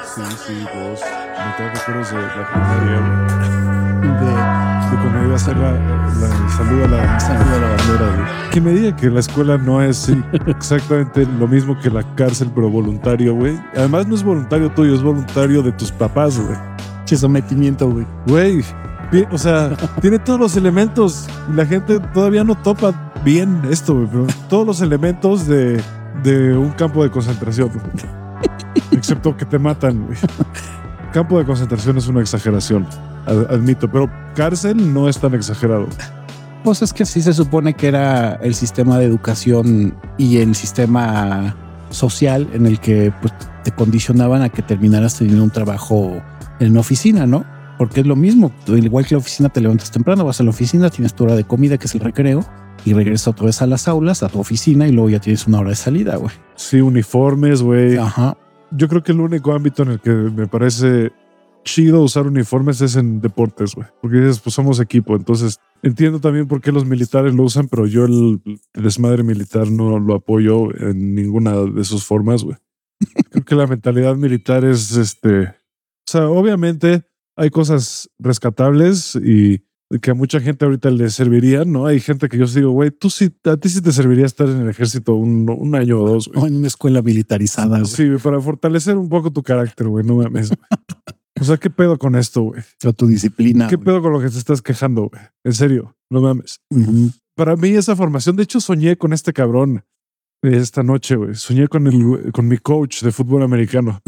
Sí, vos. Me tengo recuerdos de la primaria, de cuando iba a hacer el saludo a la bandera, güey. Que me diga que la escuela no es exactamente lo mismo que la cárcel, pero voluntario, güey. Además no es voluntario tuyo, es voluntario de tus papás, güey. Che sometimiento, güey. Güey, o sea, tiene todos los elementos. Y la gente todavía no topa bien esto, güey. Pero todos los elementos de un campo de concentración, güey. Excepto que te matan, güey. Campo de concentración es una exageración, admito, pero cárcel no es tan exagerado. Pues es que sí se supone que era el sistema de educación y el sistema social en el que pues, te condicionaban a que terminaras teniendo un trabajo en una oficina, ¿no? Porque es lo mismo, igual que la oficina te levantas temprano, vas a la oficina, tienes tu hora de comida que es el recreo y regresas otra vez a las aulas, a tu oficina y luego ya tienes una hora de salida, güey. Sí, uniformes, güey. Ajá. Yo creo que el único ámbito en el que me parece chido usar uniformes es en deportes, güey. Porque dices, pues somos equipo. Entonces entiendo también por qué los militares lo usan, pero yo el desmadre militar no lo apoyo en ninguna de sus formas, güey. Creo que la mentalidad militar es o sea, obviamente hay cosas rescatables y que a mucha gente ahorita le servirían, ¿no? Hay gente que yo digo, güey, a ti sí te serviría estar en el ejército un año o dos, güey. O en una escuela militarizada, güey. Sí, para fortalecer un poco tu carácter, güey, no mames. O sea, ¿qué pedo con esto, güey? O tu disciplina. ¿Qué güey. pedo con lo que te estás quejando, güey? En serio, no mames. Uh-huh. Para mí esa formación, de hecho soñé con este cabrón esta noche, güey. Soñé con mi coach de fútbol americano.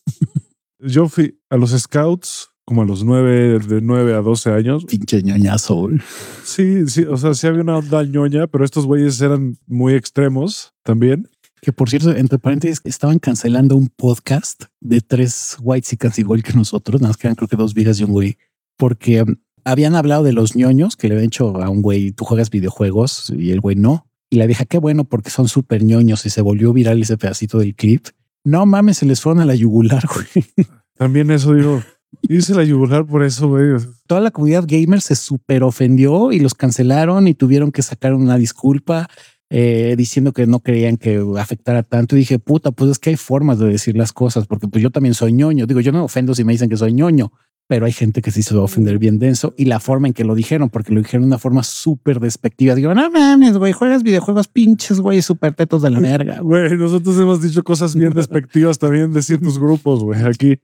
Yo fui a los scouts como a los 9, de 9 a 12 años. Pinche ñoñazo, güey. Sí, o sea, sí había una onda ñoña, pero estos güeyes eran muy extremos también. Que por cierto, entre paréntesis, estaban cancelando un podcast de 3 whitexicans igual que nosotros, nada más que eran creo que 2 viejas y un güey, porque habían hablado de los ñoños que le habían hecho a un güey, tú juegas videojuegos y el güey no. Y la vieja, qué bueno, porque son súper ñoños y se volvió viral ese pedacito del clip. No mames, se les fueron a la yugular, güey. También eso digo. Hice la yugular por eso, güey. Toda la comunidad gamer se súper ofendió y los cancelaron y tuvieron que sacar una disculpa diciendo que no creían que afectara tanto. Y dije, puta, pues es que hay formas de decir las cosas, porque pues yo también soy ñoño. Digo, yo no me ofendo si me dicen que soy ñoño, pero hay gente que sí se va a ofender bien denso y la forma en que lo dijeron, porque lo dijeron de una forma súper despectiva. Digo, no mames, güey, juegas videojuegos pinches, güey, súper tetos de la verga. Güey, nosotros hemos dicho cosas bien despectivas también de ciertos grupos, güey, aquí.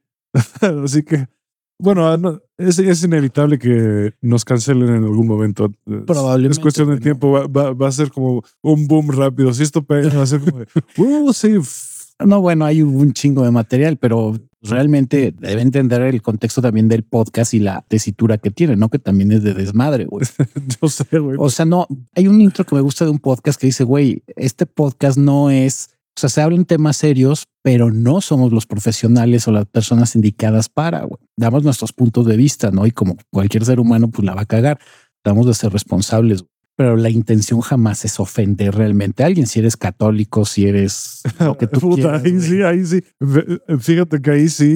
Así que, bueno, no, es inevitable que nos cancelen en algún momento. Probablemente. Es cuestión de tiempo. Va a ser como un boom rápido. Si esto pega, va a ser como de, sí. No, bueno, hay un chingo de material, pero realmente debe entender el contexto también del podcast y la tesitura que tiene, ¿no? Que también es de desmadre, güey. Yo sé, güey. O sea, no, hay un intro que me gusta de un podcast que dice, güey, este podcast no es... O sea, se hablan temas serios, pero no somos los profesionales o las personas indicadas para, güey. Damos nuestros puntos de vista, ¿no? Y como cualquier ser humano, pues la va a cagar. Damos de ser responsables, pero la intención jamás es ofender realmente a alguien. Si eres católico, si eres lo que tú Puta, quieras. ahí sí. Fíjate que ahí sí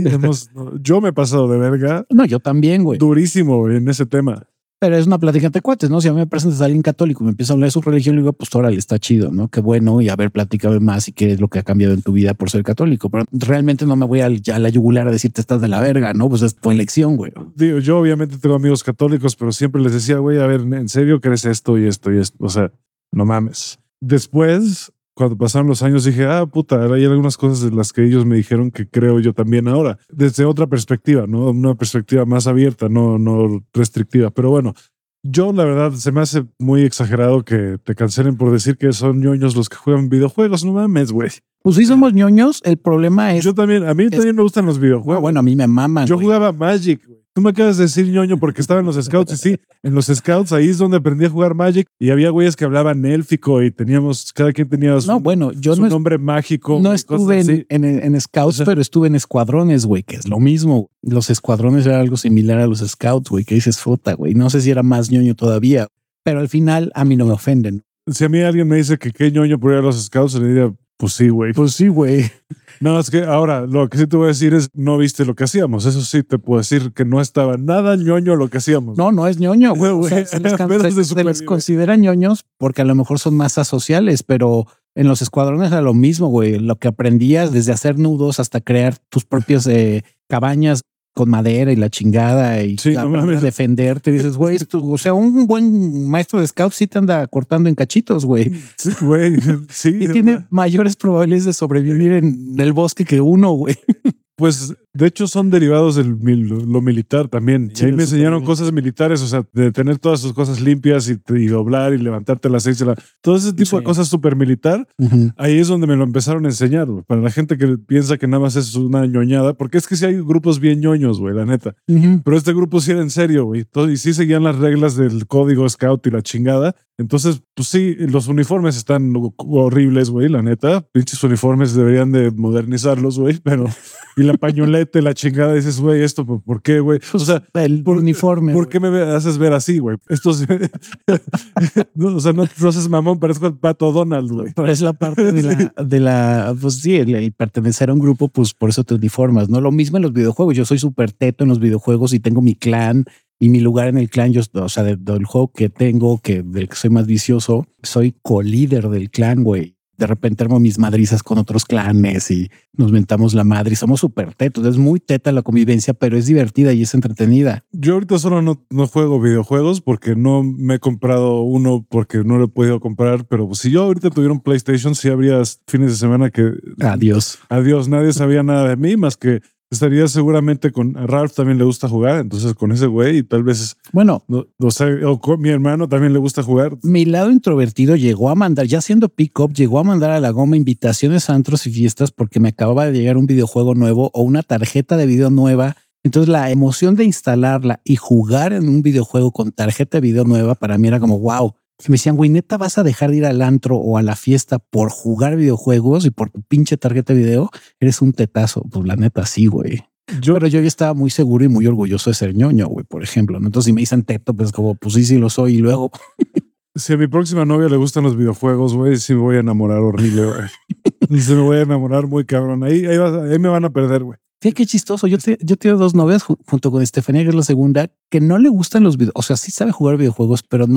yo me he pasado de verga. No, yo también, güey. Durísimo, güey, en ese tema. Pero es una plática entre cuates, ¿no? Si a mí me presentas a alguien católico y me empieza a hablar de su religión, le digo, pues órale, está chido, ¿no? Qué bueno, y a ver, platícame más y qué es lo que ha cambiado en tu vida por ser católico. Pero realmente no me voy a la yugular a decirte estás de la verga, ¿no? Pues es tu elección, güey. Digo, yo obviamente tengo amigos católicos, pero siempre les decía, güey, a ver, ¿en serio crees esto y esto y esto? O sea, no mames. Después, cuando pasaron los años, dije, puta, hay algunas cosas de las que ellos me dijeron que creo yo también ahora, desde otra perspectiva, ¿no? Una perspectiva más abierta, no restrictiva. Pero bueno, yo la verdad se me hace muy exagerado que te cancelen por decir que son ñoños los que juegan videojuegos. No mames, güey. Pues sí somos ñoños. El problema es... Yo también, a mí también me gustan los videojuegos. Bueno, a mí me maman. Yo güey. jugaba Magic, güey. Tú me acabas de decir ñoño porque estaba en los scouts y sí, en los scouts ahí es donde aprendí a jugar Magic y había güeyes que hablaban élfico y cada quien tenía su nombre mágico. No estuve en scouts, o sea, pero estuve en escuadrones, güey, que es lo mismo. Los escuadrones era algo similar a los scouts, güey, que dices puta, güey. No sé si era más ñoño todavía, pero al final a mí no me ofenden. Si a mí alguien me dice que qué ñoño por ir a los scouts, le diría, pues sí, güey. Pues sí, güey. No, es que ahora lo que sí te voy a decir es no viste lo que hacíamos. Eso sí te puedo decir que no estaba nada ñoño lo que hacíamos. No es ñoño, güey. O sea, se les considera ñoños porque a lo mejor son más asociales, pero en los escuadrones era lo mismo, güey. Lo que aprendías desde hacer nudos hasta crear tus propias cabañas con madera y la chingada y Sí, no mames. defenderte. Dices, güey, o sea, un buen maestro de scout sí te anda cortando en cachitos, güey. Sí, güey. Sí. Y tiene mayores probabilidades de sobrevivir en el bosque que uno, güey. Pues de hecho son derivados de lo militar también. Sí, Y ahí me eso enseñaron también. cosas militares, o sea, de tener todas sus cosas limpias y doblar y levantarte a las 6 de la... Todo ese tipo Sí. de cosas súper militar. Ujú. Ahí es donde me lo empezaron a enseñar, güey. Para la gente que piensa que nada más es una ñoñada, porque es que sí hay grupos bien ñoños, güey, la neta. Ujú. Pero este grupo sí era en serio, güey. Y sí seguían las reglas del código scout y la chingada. Entonces, pues sí, los uniformes están horribles, güey, la neta. Pinches uniformes deberían de modernizarlos, güey, pero... Y la pañoleta, la chingada, dices, güey, esto, ¿por qué, güey? O sea, El uniforme. ¿por qué me haces ver así, güey? Esto no, o sea, no haces mamón, parezco el Pato Donald, güey. Pero es la parte de la, pues sí, el pertenecer a un grupo, pues por eso te uniformas, ¿no? Lo mismo en los videojuegos. Yo soy súper teto en los videojuegos y tengo mi clan y mi lugar en el clan. Yo, o sea, del juego que tengo, del que soy más vicioso, soy co-líder del clan, güey. De repente armo mis madrizas con otros clanes y nos mentamos la madre y somos súper tetos. Es muy teta la convivencia, pero es divertida y es entretenida. Yo ahorita solo no juego videojuegos porque no me he comprado uno porque no lo he podido comprar, pero si yo ahorita tuviera un PlayStation, sí habría fines de semana que... Adiós. Adiós, nadie sabía nada de mí más que estaría seguramente con... A Ralph también le gusta jugar, entonces con ese güey y tal vez... Bueno, no sé, o con mi hermano también le gusta jugar. Mi lado introvertido llegó a mandar, ya siendo pick-up, llegó a mandar a la goma invitaciones a antros y fiestas porque me acababa de llegar un videojuego nuevo o una tarjeta de video nueva. Entonces la emoción de instalarla y jugar en un videojuego con tarjeta de video nueva para mí era como wow. Y me decían, güey, neta, vas a dejar de ir al antro o a la fiesta por jugar videojuegos y por tu pinche tarjeta de video. Eres un tetazo. Pues la neta, sí, güey. Pero yo ya estaba muy seguro y muy orgulloso de ser ñoño, güey, por ejemplo. ¿No? Entonces, si me dicen teto, pues como, pues sí lo soy. Y luego, Si a mi próxima novia le gustan los videojuegos, güey, sí me voy a enamorar horrible, güey. Se me voy a enamorar muy cabrón. Ahí me van a perder, güey. fíjate qué chistoso. Yo tengo dos novias junto con Estefanía, que es la segunda, que no le gustan los videos. O sea, sí sabe jugar videojuegos, pero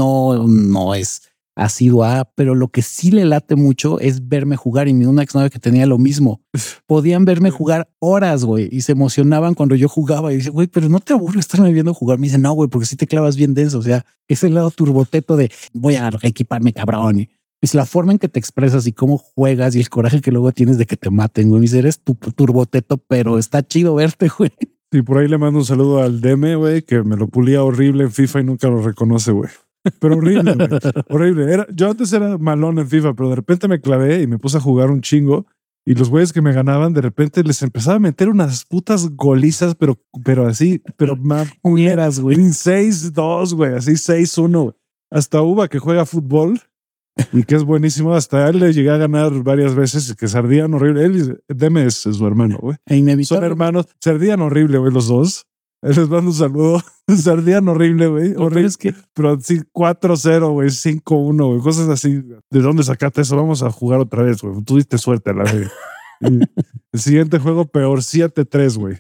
no es asidua. Pero lo que sí le late mucho es verme jugar. Y una exnovia que tenía lo mismo. Podían verme jugar horas, güey, y se emocionaban cuando yo jugaba. Y dice, güey, pero no te aburre estarme viendo jugar. Me dice, no, güey, porque sí te clavas bien denso. O sea, es el lado turboteto de voy a equiparme, cabrón. Y es la forma en que te expresas y cómo juegas y el coraje que luego tienes de que te maten, güey. Eres tu turboteto, pero está chido verte, güey. Y por ahí le mando un saludo al Deme, güey, que me lo pulía horrible en FIFA y nunca lo reconoce, güey. Pero horrible, güey. Horrible. Yo antes era malón en FIFA, pero de repente me clavé y me puse a jugar un chingo. Y los güeyes que me ganaban, de repente les empezaba a meter unas putas golizas, pero así, pero más Unieras, güey. 6-2, güey, así 6-1, güey. Hasta Uva, que juega fútbol y que es buenísimo, hasta él le llegué a ganar varias veces, que se ardían horrible. Él, Deme es su hermano, güey. Son hermanos, se ardían horrible, güey, los dos. Les mando un saludo. Se ardían horrible, güey. Horrible. Es que, pero sí, 4-0, güey, 5-1, güey, cosas así. ¿De dónde sacaste eso? Vamos a jugar otra vez, güey. Tuviste suerte a la vez. El siguiente juego, peor, 7-3, güey.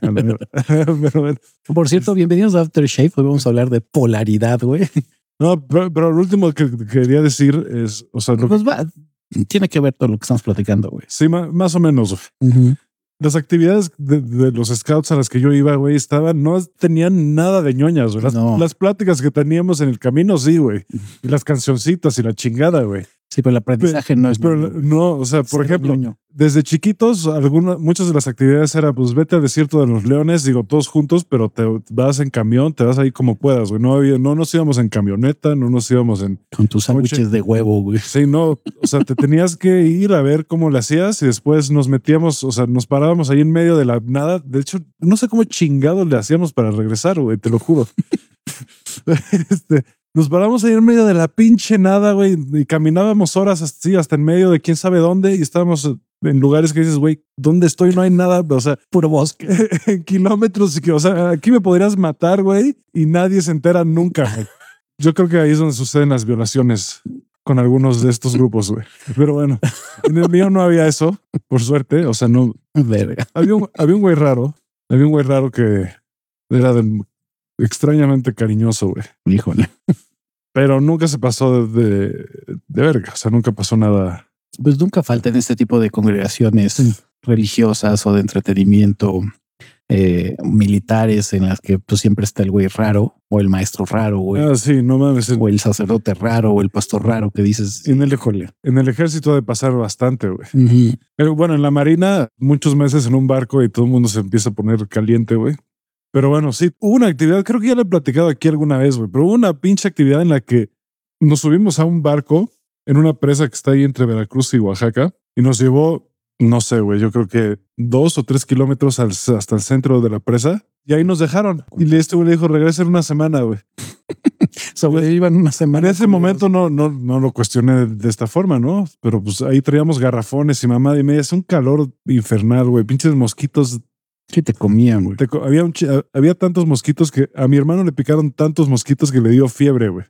Por cierto, bienvenidos a Aftershave. Hoy vamos a hablar de polaridad, güey. No, pero lo último que quería decir es, o sea, pues tiene que ver todo lo que estamos platicando, güey. Sí, más o menos. Las actividades de los scouts a las que yo iba, güey, no tenían nada de ñoñas, güey. Las pláticas que teníamos en el camino, sí, güey. Y las cancioncitas y la chingada, güey. Sí, pero el aprendizaje no es. Pero no, o sea, por ejemplo, desde chiquitos, muchas de las actividades era, pues vete al desierto de los leones, digo, todos juntos, pero te vas en camión, te vas ahí como puedas, güey. No nos íbamos en camioneta, no nos íbamos con tus sándwiches de huevo, güey. Sí, no, o sea, te tenías que ir a ver cómo le hacías y después nos metíamos, o sea, nos parábamos ahí en medio de la nada. De hecho, no sé cómo chingados le hacíamos para regresar, güey, te lo juro. Nos paramos ahí en medio de la pinche nada, güey, y caminábamos horas así hasta en medio de quién sabe dónde y estábamos en lugares que dices, güey, ¿dónde estoy? No hay nada, o sea, puro bosque. En kilómetros, o sea, aquí me podrías matar, güey, y nadie se entera nunca, güey. Yo creo que ahí es donde suceden las violaciones con algunos de estos grupos, güey. Pero bueno, en el mío no había eso, por suerte, o sea, no. Verga. Había un güey raro, que era extrañamente cariñoso, güey. Híjole. Pero nunca se pasó de verga. O sea, nunca pasó nada Pues nunca faltan este tipo de congregaciones religiosas o de entretenimiento militares en las que pues siempre está el güey raro o el maestro raro, güey. Ah, sí, no mames. O el sacerdote raro o el pastor raro que dices. En el ejército ha de pasar bastante, güey. Pero bueno, en la marina, muchos meses en un barco y todo el mundo se empieza a poner caliente, güey. Pero bueno, sí, hubo una actividad, creo que ya lo he platicado aquí alguna vez, güey, pero hubo una pinche actividad en la que nos subimos a un barco en una presa que está ahí entre Veracruz y Oaxaca y nos llevó, no sé, güey, yo creo que 2 o 3 kilómetros hasta el centro de la presa y ahí nos dejaron. Y este güey le dijo, regresen una semana, güey. Sobrevivan una semana. En ese momento no lo cuestioné de esta forma, ¿no? Pero pues ahí traíamos garrafones y mamá y media. Es un calor infernal, güey. Pinches mosquitos. Sí, te comían, güey. Había tantos mosquitos que a mi hermano le picaron tantos mosquitos que le dio fiebre, güey.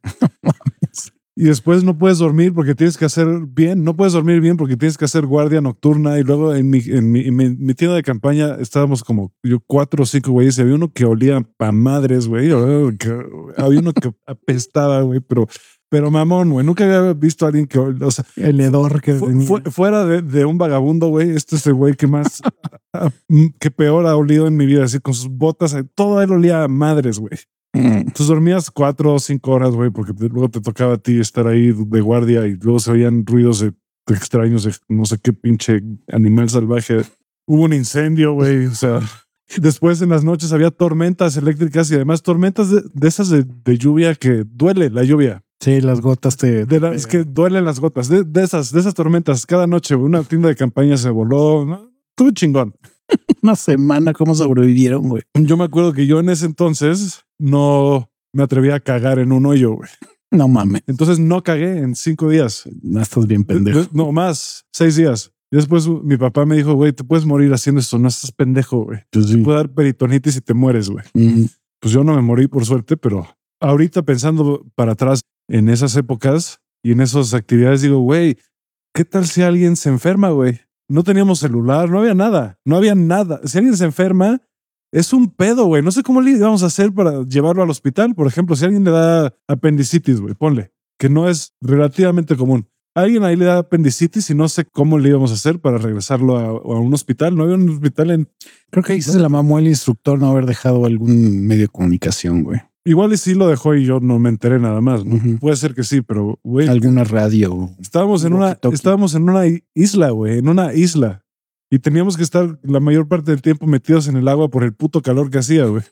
Y después no puedes dormir porque tienes que hacer bien. No puedes dormir bien porque tienes que hacer guardia nocturna. Y luego en mi tienda de campaña estábamos como 4 o 5 güeyes. Y había uno que olía pa' madres, güey. Había uno que apestaba, güey. Pero mamón, güey. Nunca había visto a alguien que, o sea, el hedor que fuera de un vagabundo, güey. Este es el güey que más, que peor ha olido en mi vida. Así con sus botas, todo él olía a madres, güey. Entonces dormías 4 o 5 horas, güey, porque luego te tocaba a ti estar ahí de guardia y luego se oían ruidos extraños de no sé qué pinche animal salvaje. Hubo un incendio, güey. O sea, después en las noches había tormentas eléctricas y además tormentas de esas de lluvia que duele la lluvia. Sí, las gotas es que duelen las gotas de esas tormentas cada noche. Una tienda de campaña se voló, ¿no? Estuvo chingón. Una semana, ¿cómo sobrevivieron, güey? Yo me acuerdo que yo en ese entonces no me atreví a cagar en un hoyo, güey. No mames. Entonces no cagué en 5 días. No, estás bien pendejo. No, más, 6 días. Y después mi papá me dijo, güey, te puedes morir haciendo esto, no estás pendejo, güey. Pues sí. Te puede dar peritonitis y te mueres, güey. Pues yo no me morí por suerte, pero ahorita pensando para atrás en esas épocas y en esas actividades, digo, güey, ¿qué tal si alguien se enferma, güey? No teníamos celular, no había nada. Si alguien se enferma, es un pedo, güey. No sé cómo le íbamos a hacer para llevarlo al hospital. Por ejemplo, si alguien le da apendicitis, güey, ponle, que no es relativamente común. Alguien ahí le da apendicitis y no sé cómo le íbamos a hacer para regresarlo a un hospital. No había un hospital en... Creo que ahí se la mamó el instructor no haber dejado algún medio de comunicación, güey. Igual y sí lo dejó y yo no me enteré nada más, ¿no? Puede ser que sí, pero, güey. Alguna radio. Estábamos en una isla, güey, en una isla. Y teníamos que estar la mayor parte del tiempo metidos en el agua por el puto calor que hacía, güey.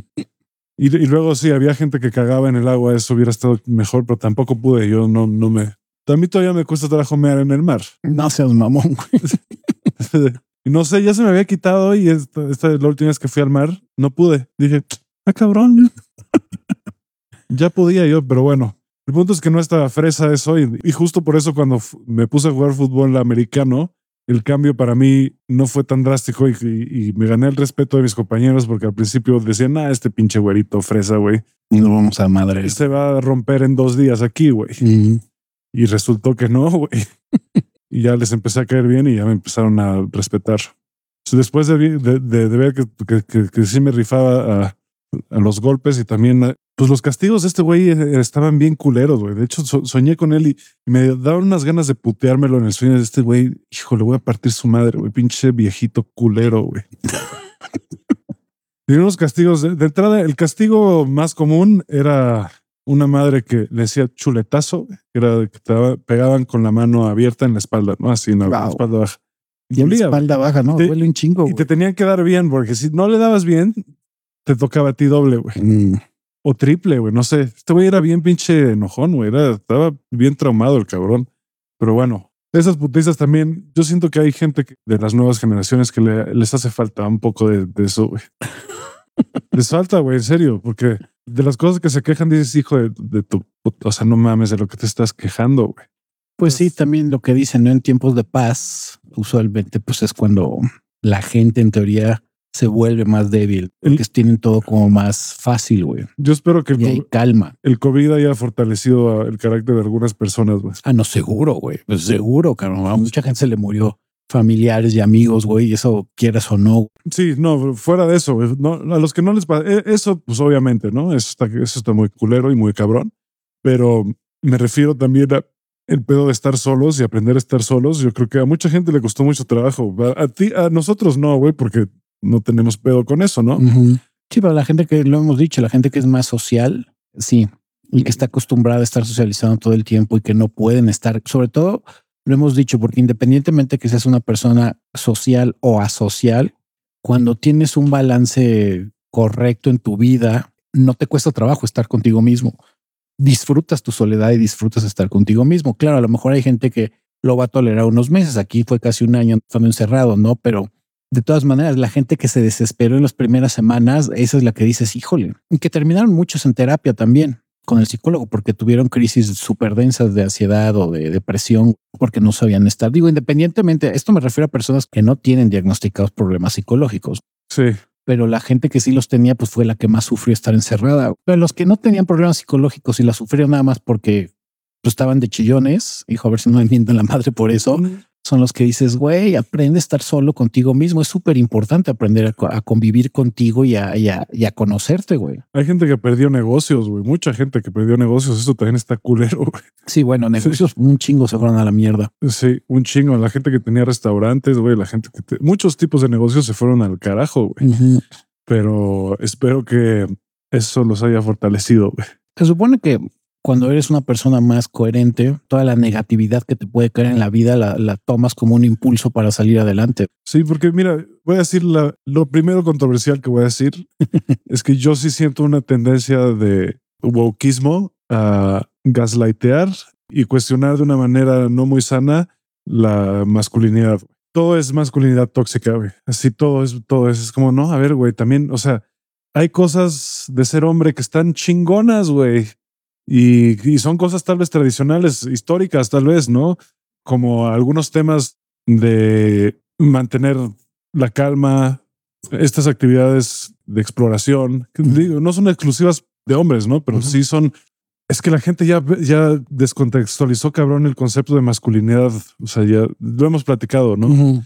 y luego sí, había gente que cagaba en el agua, eso hubiera estado mejor, pero tampoco pude, yo no me... A mí todavía me cuesta trabajo mear en el mar. No seas mamón, güey. Y no sé, ya se me había quitado y esta es la última vez que fui al mar, no pude. Dije, cabrón. Ya podía yo, pero bueno. El punto es que no estaba fresa eso y justo por eso cuando me puse a jugar fútbol americano, el cambio para mí no fue tan drástico y me gané el respeto de mis compañeros porque al principio decían, este pinche güerito fresa, güey. No vamos a madre. Se va a romper en 2 días aquí, güey. Y resultó que no, güey. Y ya les empecé a caer bien y ya me empezaron a respetar. Después de ver que sí me rifaba a los golpes y también pues los castigos de este güey estaban bien culeros, güey. De hecho, soñé con él y me daban unas ganas de puteármelo en el sueño de este güey. Hijo, le voy a partir su madre, güey. Pinche viejito culero, güey. Tenía unos castigos de entrada. El castigo más común era una madre que le decía chuletazo, que era que te pegaban con la mano abierta en la espalda, ¿no? Así en la espalda baja. Y en la espalda baja, ¿no? Duele un chingo, güey. Y te tenían que dar bien, porque si no le dabas bien, te tocaba a ti doble, güey. O triple, güey. No sé. Este güey era bien pinche enojón, güey. Estaba bien traumado el cabrón. Pero bueno, esas putizas también. Yo siento que hay gente de las nuevas generaciones que les hace falta un poco de eso, güey. Les falta, güey, en serio. Porque de las cosas que se quejan, dices, hijo de tu... O sea, no mames de lo que te estás quejando, güey. Pues sí, también lo que dicen, ¿no? En tiempos de paz, usualmente, pues es cuando la gente, en teoría, se vuelve más débil, porque tienen todo como más fácil, güey. Yo espero que calma. El COVID haya fortalecido el carácter de algunas personas, güey. No, seguro, güey. Pues seguro, cabrón. A mucha gente se le murió familiares y amigos, güey, y eso quieras o no. Sí, no, fuera de eso, güey. No, a los que no les pasa, eso, pues obviamente, ¿no? Eso está muy culero y muy cabrón. Pero me refiero también a el pedo de estar solos y aprender a estar solos. Yo creo que a mucha gente le costó mucho trabajo. A nosotros no, güey, porque no tenemos pedo con eso, ¿no? Sí, pero la gente que lo hemos dicho, la gente que es más social, sí, y que está acostumbrada a estar socializando todo el tiempo y que no pueden estar, sobre todo lo hemos dicho, porque independientemente que seas una persona social o asocial, cuando tienes un balance correcto en tu vida, no te cuesta trabajo estar contigo mismo. Disfrutas tu soledad y disfrutas estar contigo mismo. Claro, a lo mejor hay gente que lo va a tolerar unos meses. Aquí fue casi un año estando encerrado, ¿no? Pero de todas maneras, la gente que se desesperó en las primeras semanas, esa es la que dices, híjole, y que terminaron muchos en terapia también con el psicólogo porque tuvieron crisis súper densas de ansiedad o de depresión porque no sabían estar. Digo, independientemente, esto me refiero a personas que no tienen diagnosticados problemas psicológicos. Sí. Pero la gente que sí los tenía, pues fue la que más sufrió estar encerrada. Pero los que no tenían problemas psicológicos y la sufrieron nada más porque pues, estaban de chillones, hijo, a ver si no me mienten la madre por eso, son los que dices, güey, aprende a estar solo contigo mismo. Es súper importante aprender a convivir contigo y a conocerte, güey. Hay gente que perdió negocios, güey. Mucha gente que perdió negocios. Eso también está culero, güey. Sí, bueno, negocios, un chingo se fueron a la mierda. Sí, un chingo. La gente que tenía restaurantes, güey, la gente que... Muchos tipos de negocios se fueron al carajo, güey. Pero espero que eso los haya fortalecido, güey. Se supone que cuando eres una persona más coherente, toda la negatividad que te puede caer en la vida la tomas como un impulso para salir adelante. Sí, porque mira, voy a decir lo primero controversial que voy a decir es que yo sí siento una tendencia de wokeismo a gaslightear y cuestionar de una manera no muy sana la masculinidad. Todo es masculinidad tóxica, güey. Así todo es como, no, a ver, güey, también, o sea, hay cosas de ser hombre que están chingonas, güey. Y son cosas tal vez tradicionales, históricas, tal vez, ¿no? Como algunos temas de mantener la calma, estas actividades de exploración, que digo, no son exclusivas de hombres, ¿no? Pero sí son... Es que la gente ya descontextualizó, cabrón, el concepto de masculinidad. O sea, ya lo hemos platicado, ¿no?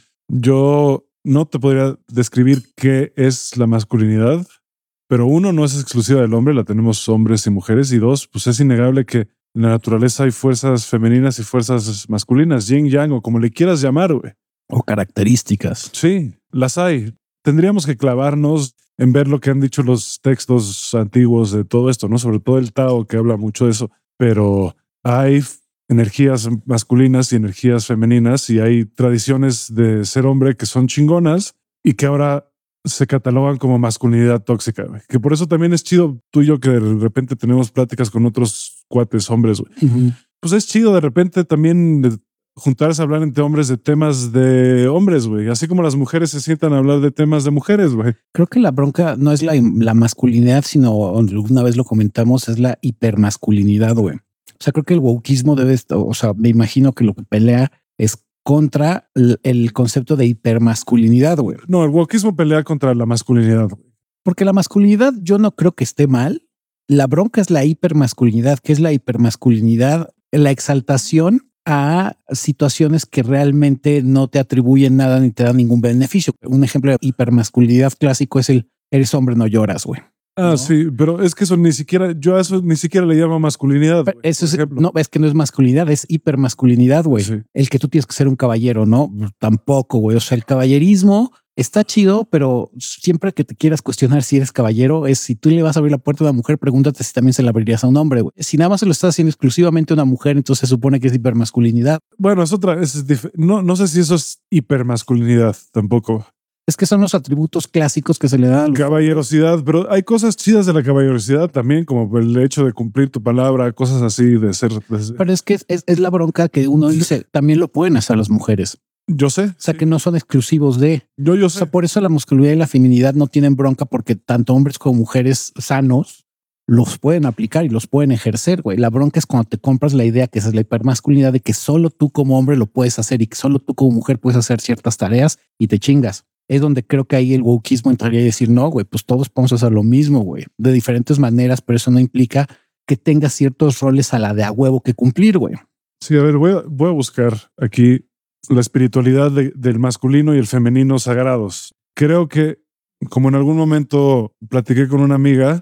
Yo no te podría describir qué es la masculinidad, pero uno, no es exclusiva del hombre, la tenemos hombres y mujeres. Y dos, pues es innegable que en la naturaleza hay fuerzas femeninas y fuerzas masculinas, yin, yang, o como le quieras llamar, güey. O características. Sí, las hay. Tendríamos que clavarnos en ver lo que han dicho los textos antiguos de todo esto, ¿no? Sobre todo el Tao, que habla mucho de eso. Pero hay energías masculinas y energías femeninas y hay tradiciones de ser hombre que son chingonas y que ahora se catalogan como masculinidad tóxica, güey. Que por eso también es chido tú y yo que de repente tenemos pláticas con otros cuates hombres, güey. Pues es chido de repente también juntarse a hablar entre hombres de temas de hombres, güey. Así como las mujeres se sientan a hablar de temas de mujeres, güey. Creo que la bronca no es la masculinidad, sino una vez lo comentamos, es la hipermasculinidad, güey. O sea, creo que el wokeismo debe, o sea, me imagino que lo que pelea es contra el concepto de hipermasculinidad, güey. No, el wokeismo pelea contra la masculinidad, güey. Porque la masculinidad yo no creo que esté mal. La bronca es la hipermasculinidad. ¿Qué es la hipermasculinidad? La exaltación a situaciones que realmente no te atribuyen nada ni te dan ningún beneficio. Un ejemplo de hipermasculinidad clásico es el eres hombre, no lloras, güey. Ah, ¿no? Sí, pero es que eso ni siquiera, yo a eso ni siquiera le llamo masculinidad. Wey, eso es, no, es que no es masculinidad, es hipermasculinidad, güey. Sí. El que tú tienes que ser un caballero, ¿no? Tampoco, güey. O sea, el caballerismo está chido, pero siempre que te quieras cuestionar si eres caballero, es si tú le vas a abrir la puerta a una mujer, pregúntate si también se la abrirías a un hombre, güey. Si nada más se lo estás haciendo exclusivamente a una mujer, entonces se supone que es hipermasculinidad. Bueno, es otra, no sé si eso es hipermasculinidad tampoco. Es que son los atributos clásicos que se le dan. Caballerosidad, pero hay cosas chidas de la caballerosidad también, como el hecho de cumplir tu palabra, cosas así de ser. Pero es que es la bronca que uno dice, también lo pueden hacer las mujeres. Yo sé. O sea, sí, que no son exclusivos de. Yo sé. O sea, por eso la masculinidad y la feminidad no tienen bronca, porque tanto hombres como mujeres sanos los pueden aplicar y los pueden ejercer, güey. La bronca es cuando te compras la idea que esa es la hipermasculinidad, de que solo tú como hombre lo puedes hacer y que solo tú como mujer puedes hacer ciertas tareas y te chingas. Es donde creo que ahí el wokeismo entraría y decir, no, güey, pues todos podemos hacer lo mismo, güey, de diferentes maneras, pero eso no implica que tengas ciertos roles a la de a huevo que cumplir, güey. Sí, a ver, voy a buscar aquí la espiritualidad del masculino y el femenino sagrados. Creo que, como en algún momento platiqué con una amiga,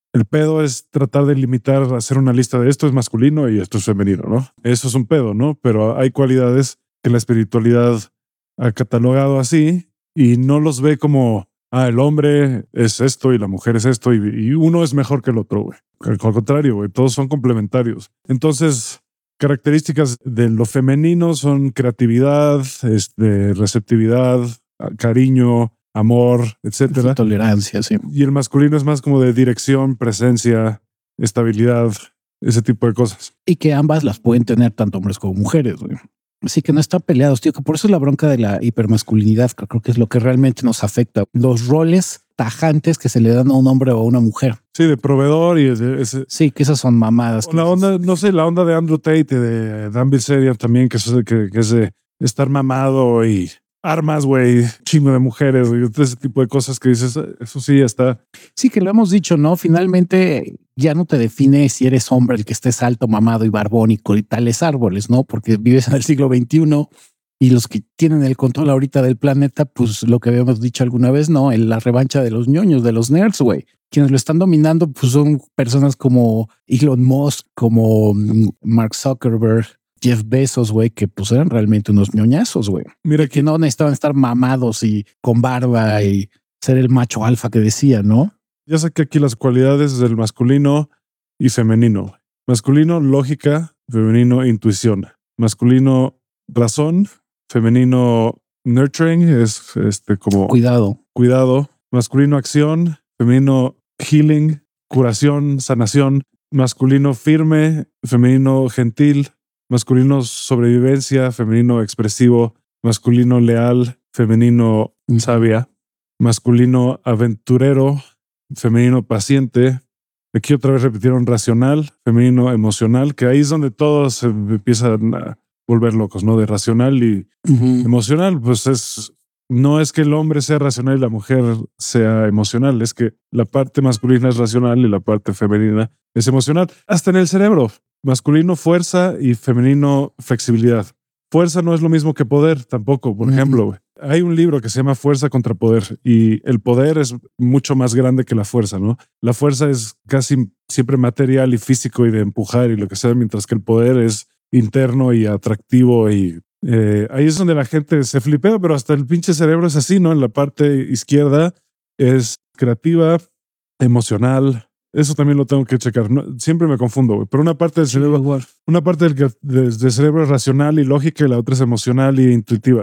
El pedo es tratar de limitar, hacer una lista de esto es masculino y esto es femenino, ¿no? Eso es un pedo, ¿no? Pero hay cualidades que la espiritualidad ha catalogado así y no los ve como, el hombre es esto y la mujer es esto y uno es mejor que el otro, güey. Al contrario, güey, todos son complementarios. Entonces, características de lo femenino son creatividad, receptividad, cariño, amor, etcétera. Tolerancia, sí. Y el masculino es más como de dirección, presencia, estabilidad, ese tipo de cosas. Y que ambas las pueden tener tanto hombres como mujeres, güey. Así que no están peleados, tío, que por eso es la bronca de la hipermasculinidad, que creo que es lo que realmente nos afecta. Los roles tajantes que se le dan a un hombre o a una mujer. Sí, de proveedor y ese. Sí, que esas son mamadas. La onda, no sé, la onda de Andrew Tate y de Dan Bilzerian también, que es de estar mamado y armas, güey, chingo de mujeres, güey, ese tipo de cosas que dices, eso sí está. Sí, que lo hemos dicho, ¿no? Finalmente ya no te define si eres hombre el que estés alto, mamado y barbónico y tales árboles, ¿no? Porque vives en el siglo XXI y los que tienen el control ahorita del planeta, pues lo que habíamos dicho alguna vez, ¿no? En la revancha de los ñoños, de los nerds, güey. Quienes lo están dominando, pues son personas como Elon Musk, como Mark Zuckerberg, Jeff Bezos, güey, que pues eran realmente unos ñoñazos, güey. Mira que no necesitaban estar mamados y con barba y ser el macho alfa que decía, ¿no? Ya saqué aquí las cualidades del masculino y femenino. Masculino, lógica, femenino, intuición. Masculino, razón, femenino, nurturing, es como cuidado. Masculino, acción, femenino, healing, curación, sanación. Masculino, firme, femenino, gentil. Masculino, sobrevivencia, femenino, expresivo. Masculino, leal, femenino, sabia. Masculino, aventurero, femenino, paciente. Aquí otra vez repitieron racional, femenino, emocional, que ahí es donde todos se empiezan a volver locos, ¿no? De racional y emocional, pues no es que el hombre sea racional y la mujer sea emocional, es que la parte masculina es racional y la parte femenina es emocional. Hasta en el cerebro, masculino, fuerza y femenino, flexibilidad. Fuerza no es lo mismo que poder tampoco, por ejemplo, güey. Hay un libro que se llama Fuerza contra Poder y el poder es mucho más grande que la fuerza, ¿no? La fuerza es casi siempre material y físico y de empujar y lo que sea, mientras que el poder es interno y atractivo y ahí es donde la gente se flipea, pero hasta el pinche cerebro es así, ¿no? En la parte izquierda es creativa, emocional. Eso también lo tengo que checar. No, siempre me confundo, güey. Pero una parte del cerebro, una parte del cerebro es racional y lógica y la otra es emocional y intuitiva.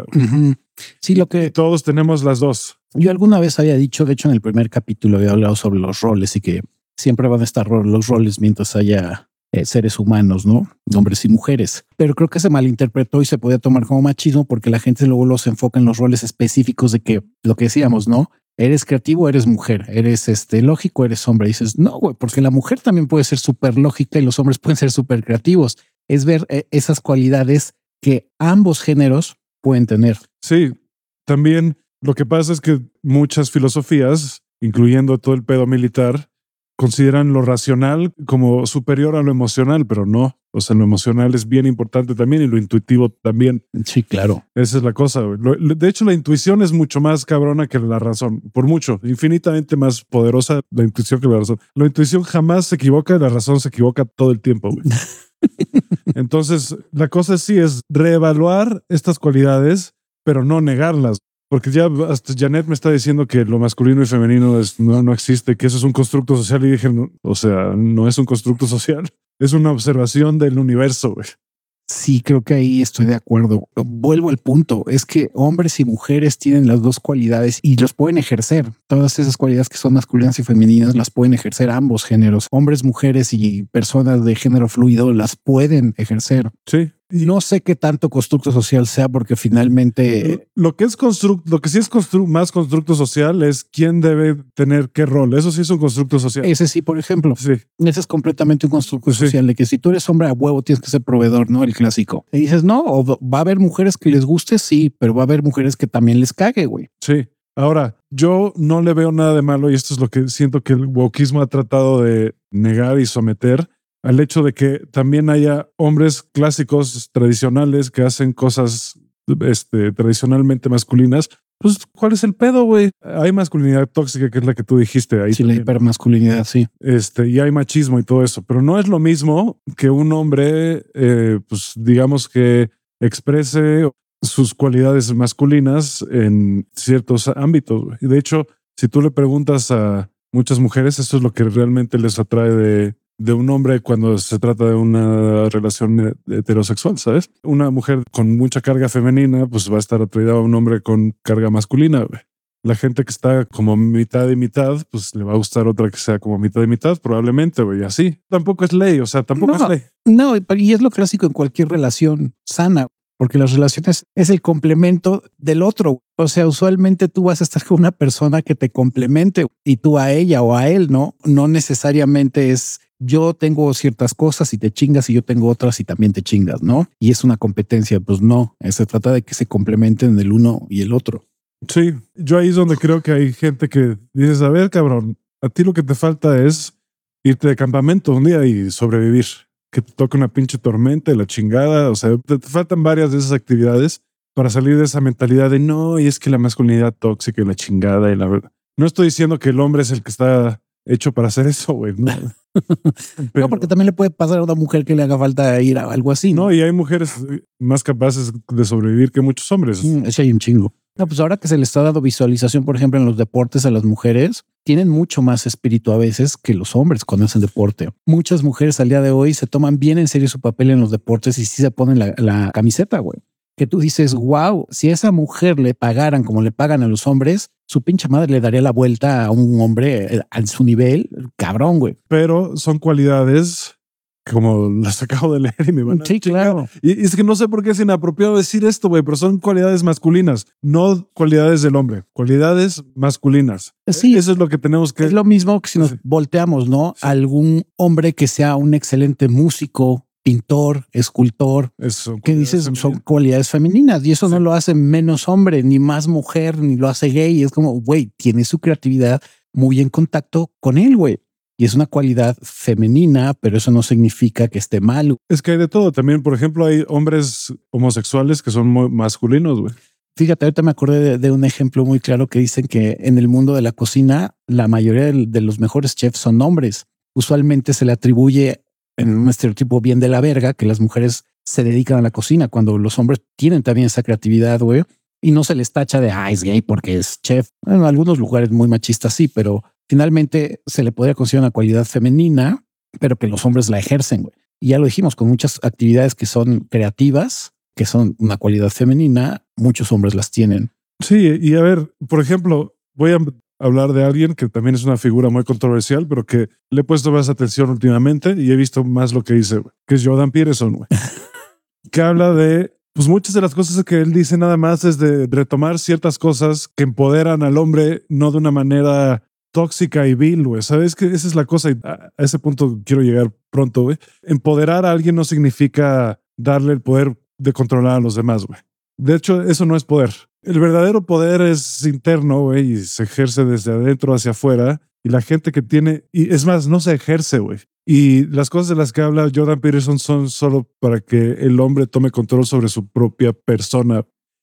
Sí, lo que todos tenemos las dos. Yo alguna vez había dicho, de hecho en el primer capítulo había hablado sobre los roles y que siempre van a estar los roles mientras haya seres humanos, ¿no? Hombres y mujeres. Pero creo que se malinterpretó y se podía tomar como machismo porque la gente luego los enfoca en los roles específicos de que lo que decíamos, ¿no? Eres creativo, eres mujer, eres lógico, eres hombre. Y dices, no, güey, porque la mujer también puede ser súper lógica y los hombres pueden ser súper creativos. Es ver esas cualidades que ambos géneros pueden tener. Sí, también lo que pasa es que muchas filosofías, incluyendo todo el pedo militar, consideran lo racional como superior a lo emocional, pero no. O sea, lo emocional es bien importante también y lo intuitivo también. Sí, claro. Esa es la cosa. De hecho, la intuición es mucho más cabrona que la razón, por mucho, infinitamente más poderosa la intuición que la razón. La intuición jamás se equivoca y la razón se equivoca todo el tiempo, güey. Entonces, la cosa sí es reevaluar estas cualidades, pero no negarlas. Porque ya hasta Janet me está diciendo que lo masculino y femenino no existe, que eso es un constructo social. Y dije, no, o sea, no es un constructo social, es una observación del universo, güey. Sí, creo que ahí estoy de acuerdo. Vuelvo al punto. Es que hombres y mujeres tienen las dos cualidades y los pueden ejercer. Todas esas cualidades que son masculinas y femeninas las pueden ejercer ambos géneros. Hombres, mujeres y personas de género fluido las pueden ejercer. Sí. No sé qué tanto constructo social sea porque finalmente lo que sí es más constructo social es quién debe tener qué rol. Eso sí es un constructo social. Ese sí, por ejemplo. Sí. Ese es completamente un constructo social de que si tú eres hombre a huevo tienes que ser proveedor, ¿no? El clásico. Y dices, no, o va a haber mujeres que les guste, sí, pero va a haber mujeres que también les cague, güey. Sí. Ahora, yo no le veo nada de malo y esto es lo que siento que el wokismo ha tratado de negar y someter al hecho de que también haya hombres clásicos tradicionales que hacen cosas tradicionalmente masculinas, Pues, ¿cuál es el pedo, güey? Hay masculinidad tóxica, que es la que tú dijiste ahí. Sí, la hipermasculinidad, sí. Y hay machismo y todo eso, pero no es lo mismo que un hombre, pues digamos que exprese sus cualidades masculinas en ciertos ámbitos, güey. Y de hecho, si tú le preguntas a muchas mujeres, esto es lo que realmente les atrae de un hombre cuando se trata de una relación heterosexual, ¿sabes? Una mujer con mucha carga femenina, pues va a estar atraída a un hombre con carga masculina, güey. La gente que está como mitad y mitad, pues le va a gustar otra que sea como mitad y mitad, probablemente, güey, así. Tampoco es ley, o sea, tampoco es ley. No, y es lo clásico en cualquier relación sana, porque las relaciones es el complemento del otro. O sea, usualmente tú vas a estar con una persona que te complemente y tú a ella o a él, ¿no? No necesariamente es yo tengo ciertas cosas y te chingas y yo tengo otras y también te chingas, ¿no? Y es una competencia, pues no, se trata de que se complementen el uno y el otro. Sí, yo ahí es donde creo que hay gente que dices, a ver, cabrón, a ti lo que te falta es irte de campamento un día y sobrevivir, que te toque una pinche tormenta y la chingada, o sea, te faltan varias de esas actividades para salir de esa mentalidad de no, y es que la masculinidad tóxica y la chingada y la verdad. No estoy diciendo que el hombre es el que está hecho para hacer eso, güey, no. Pero, no, porque también le puede pasar a una mujer que le haga falta ir a algo así. No, y hay mujeres más capaces de sobrevivir que muchos hombres. Ese hay un chingo. No, pues ahora que se le está dando visualización, por ejemplo, en los deportes a las mujeres, tienen mucho más espíritu a veces que los hombres cuando hacen deporte. Muchas mujeres al día de hoy se toman bien en serio su papel en los deportes y sí se ponen la camiseta, güey. Que tú dices, wow, si a esa mujer le pagaran como le pagan a los hombres, su pinche madre le daría la vuelta a un hombre a su nivel, cabrón, güey. Pero son cualidades como las acabo de leer y me van a sí, chingar. claro. Y es que no sé por qué es inapropiado decir esto, güey, pero son cualidades masculinas, no cualidades del hombre, cualidades masculinas. Sí, eso es lo que tenemos que... Es lo mismo que si nos volteamos, ¿no? Sí. Algún hombre que sea un excelente músico, pintor, escultor, eso, que dices son cualidades femeninas y eso no lo hace menos hombre, ni más mujer, ni lo hace gay. Es como, güey, tiene su creatividad muy en contacto con él, güey. Y es una cualidad femenina, pero eso no significa que esté mal. Es que hay de todo. También, por ejemplo, hay hombres homosexuales que son muy masculinos, güey. Fíjate, ahorita me acordé de un ejemplo muy claro que dicen que en el mundo de la cocina, la mayoría de los mejores chefs son hombres. Usualmente se le atribuye en un estereotipo bien de la verga que las mujeres se dedican a la cocina cuando los hombres tienen también esa creatividad, güey. Y no se les tacha de, es gay porque es chef. En algunos lugares muy machistas sí, pero finalmente se le podría considerar una cualidad femenina, pero que los hombres la ejercen, güey. Y ya lo dijimos, con muchas actividades que son creativas, que son una cualidad femenina, muchos hombres las tienen. Sí, y a ver, por ejemplo, voy a hablar de alguien que también es una figura muy controversial, pero que le he puesto más atención últimamente y he visto más lo que dice, güey, que es Jordan Peterson, güey, que habla de, pues muchas de las cosas que él dice nada más es de retomar ciertas cosas que empoderan al hombre, no de una manera tóxica y vil, güey. ¿Sabes que esa es la cosa? Y a ese punto quiero llegar pronto, güey. Empoderar a alguien no significa darle el poder de controlar a los demás, güey. De hecho, eso no es poder. El verdadero poder es interno, güey, y se ejerce desde adentro hacia afuera. Y la gente que tiene, y es más, no se ejerce, güey. Y las cosas de las que habla Jordan Peterson son solo para que el hombre tome control sobre su propia persona.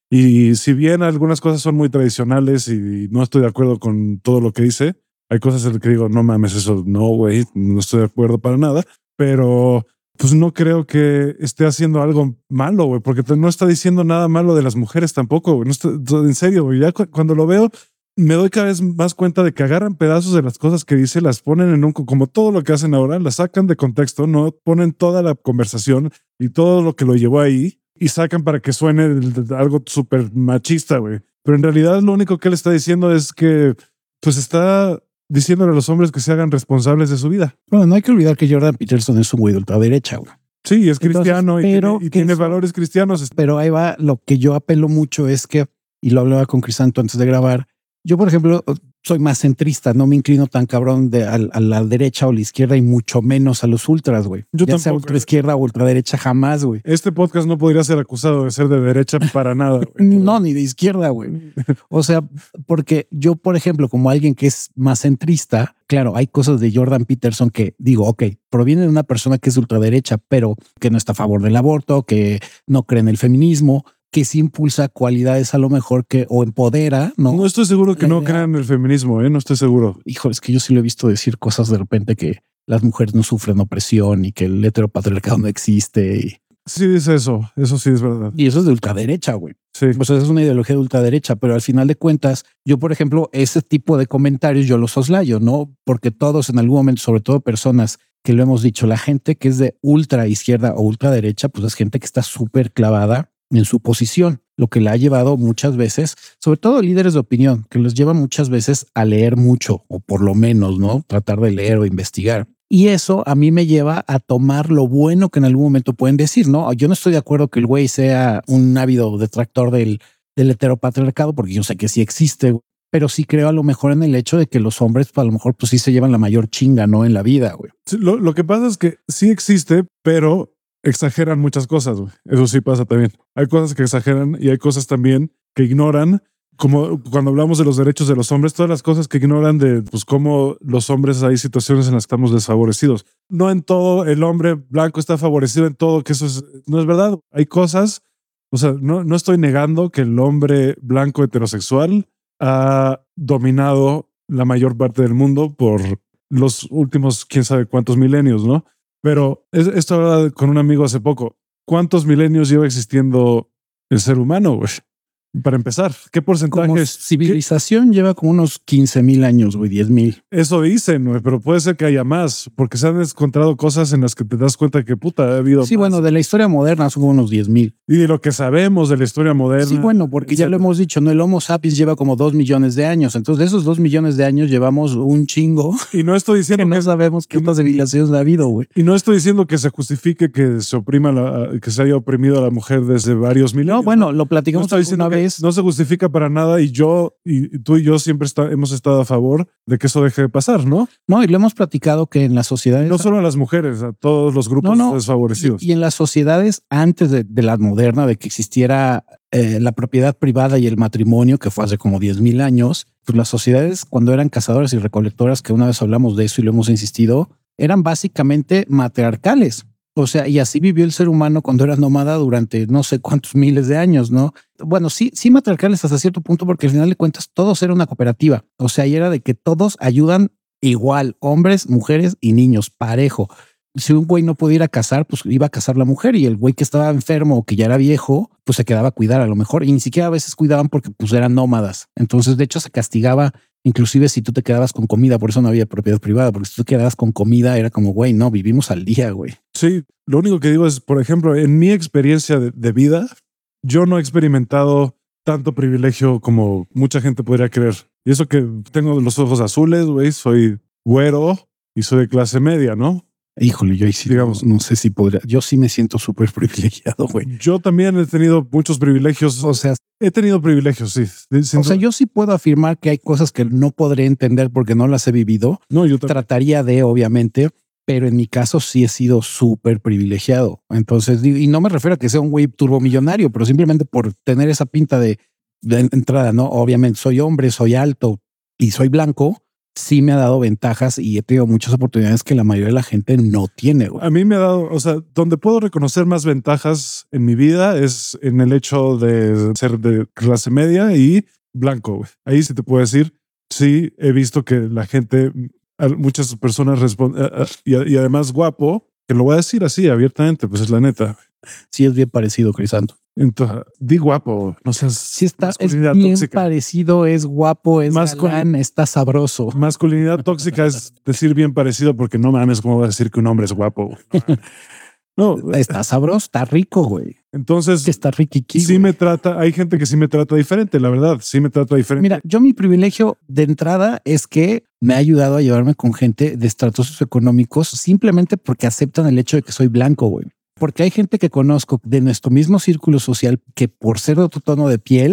Y si bien algunas cosas son muy tradicionales y no estoy de acuerdo con todo lo que dice, hay cosas en las que digo, no mames, eso no, güey, no estoy de acuerdo para nada. Pero pues no creo que esté haciendo algo malo, güey, porque no está diciendo nada malo de las mujeres tampoco, güey. No está, en serio, güey. Ya cuando lo veo, me doy cada vez más cuenta de que agarran pedazos de las cosas que dice, las ponen en un, como todo lo que hacen ahora, las sacan de contexto, no ponen toda la conversación y todo lo que lo llevó ahí y sacan para que suene algo súper machista, güey. Pero en realidad lo único que él está diciendo es que pues está diciéndole a los hombres que se hagan responsables de su vida. Bueno, no hay que olvidar que Jordan Peterson es un güey de ultraderecha, güey. Sí, es cristiano. Entonces, y tiene valores cristianos. Pero ahí va, lo que yo apelo mucho es que, y lo hablaba con Crisanto antes de grabar, yo, por ejemplo, soy más centrista, no me inclino tan cabrón a la derecha o la izquierda y mucho menos a los ultras, güey. Yo ya sea ultra izquierda o ultraderecha, jamás, güey. Este podcast no podría ser acusado de ser de derecha para nada, güey. No, ni de izquierda, güey. O sea, porque yo, por ejemplo, como alguien que es más centrista, claro, hay cosas de Jordan Peterson que digo, ok, proviene de una persona que es ultraderecha, pero que no está a favor del aborto, que no cree en el feminismo, que sí impulsa cualidades a lo mejor que o empodera, ¿no? No estoy seguro que La no idea- crean en el feminismo, no estoy seguro. Híjole, es que yo sí lo he visto decir cosas de repente que las mujeres no sufren opresión y que el heteropatriarcado no existe. Sí dice eso sí es verdad. Y eso es de ultraderecha, güey. Sí. Pues es una ideología de ultraderecha, pero al final de cuentas, yo, por ejemplo, ese tipo de comentarios yo los soslayo, ¿no? Porque todos en algún momento, sobre todo personas que lo hemos dicho, la gente que es de ultra izquierda o ultraderecha, pues es gente que está súper clavada en su posición, lo que la ha llevado muchas veces, sobre todo líderes de opinión, que los lleva muchas veces a leer mucho, o por lo menos, ¿no? Tratar de leer o investigar. Y eso a mí me lleva a tomar lo bueno que en algún momento pueden decir, ¿no? Yo no estoy de acuerdo que el güey sea un ávido detractor del heteropatriarcado, porque yo sé que sí existe, pero sí creo a lo mejor en el hecho de que los hombres a lo mejor pues sí se llevan la mayor chinga, ¿no? En la vida, güey. Sí, lo que pasa es que sí existe, pero exageran muchas cosas, güey. Eso sí pasa también. Hay cosas que exageran y hay cosas también que ignoran, como cuando hablamos de los derechos de los hombres, todas las cosas que ignoran de pues cómo los hombres hay situaciones en las que estamos desfavorecidos. No en todo el hombre blanco está favorecido en todo, que no es verdad. Hay cosas, o sea, no estoy negando que el hombre blanco heterosexual ha dominado la mayor parte del mundo por los últimos quién sabe cuántos milenios, ¿no? Pero esto hablaba con un amigo hace poco. ¿Cuántos milenios lleva existiendo el ser humano, güey? Para empezar, ¿qué porcentaje? Como civilización lleva como unos 15,000 años, güey, 10,000. Eso dicen, güey, pero puede ser que haya más, porque se han encontrado cosas en las que te das cuenta que puta ha habido. Sí, más. bueno, de la historia moderna son unos 10,000. Y de lo que sabemos de la historia moderna. Sí, bueno, porque ya lo hemos dicho, ¿no? El Homo sapiens lleva como 2 millones de años. Entonces, de esos 2 millones de años llevamos un chingo. Y no estoy diciendo que no sabemos qué otras civilizaciones ha habido, güey. Y no estoy diciendo que se justifique que se oprima que se haya oprimido a la mujer desde varios milenios. No, bueno, lo platicamos una vez. No se justifica para nada y tú y yo siempre hemos estado a favor de que eso deje de pasar, ¿no? No, y lo hemos platicado que en las sociedades... No solo a las mujeres, a todos los grupos desfavorecidos. Y en las sociedades antes de la moderna, de que existiera la propiedad privada y el matrimonio, que fue hace como 10,000 años, pues las sociedades cuando eran cazadoras y recolectoras, que una vez hablamos de eso y lo hemos insistido, eran básicamente matriarcales. O sea, y así vivió el ser humano cuando era nómada durante no sé cuántos miles de años, ¿no? Bueno, sí matriarcales hasta cierto punto, porque al final de cuentas todos eran una cooperativa. O sea, y era de que todos ayudan igual, hombres, mujeres y niños, parejo. Si un güey no podía ir a cazar, pues iba a cazar la mujer, y el güey que estaba enfermo o que ya era viejo, pues se quedaba a cuidar a lo mejor, y ni siquiera a veces cuidaban porque pues eran nómadas. Entonces, de hecho, se castigaba inclusive si tú te quedabas con comida. Por eso no había propiedad privada, porque si tú te quedabas con comida era como, güey, no, vivimos al día, güey. Sí, lo único que digo es, por ejemplo, en mi experiencia de vida, yo no he experimentado tanto privilegio como mucha gente podría creer. Y eso que tengo los ojos azules, güey, soy güero y soy de clase media, ¿no? Híjole, yo ahí sí, digamos, no sé si podría. Yo sí me siento súper privilegiado, güey. Yo también he tenido muchos privilegios. O sea, he tenido privilegios, sí. O sea, yo sí puedo afirmar que hay cosas que no podré entender porque no las he vivido. No, yo trataría de, obviamente, pero en mi caso sí he sido súper privilegiado. Entonces, y no me refiero a que sea un güey turbomillonario, pero simplemente por tener esa pinta de entrada, ¿no? Obviamente soy hombre, soy alto y soy blanco. Sí me ha dado ventajas y he tenido muchas oportunidades que la mayoría de la gente no tiene, güey. A mí me ha dado, o sea, donde puedo reconocer más ventajas en mi vida es en el hecho de ser de clase media y blanco, güey. Ahí sí te puedo decir, sí he visto que la gente, muchas personas responden, y además guapo, que lo voy a decir así abiertamente, pues es la neta. Sí es bien parecido, Crisanto. Entonces, di guapo, no seas. Sí está, es bien tóxica. Parecido, es guapo, es galán, está sabroso. Masculinidad tóxica es decir bien parecido, porque no mames, ¿cómo vas a decir que un hombre es guapo? No, está sabroso, está rico, güey. Entonces, está riquiqui. Sí me trata, hay gente que sí me trata diferente, la verdad, sí me trata diferente. Mira, yo mi privilegio de entrada es que me ha ayudado a llevarme con gente de estratos socioeconómicos simplemente porque aceptan el hecho de que soy blanco, güey. Porque hay gente que conozco de nuestro mismo círculo social que por ser de otro tono de piel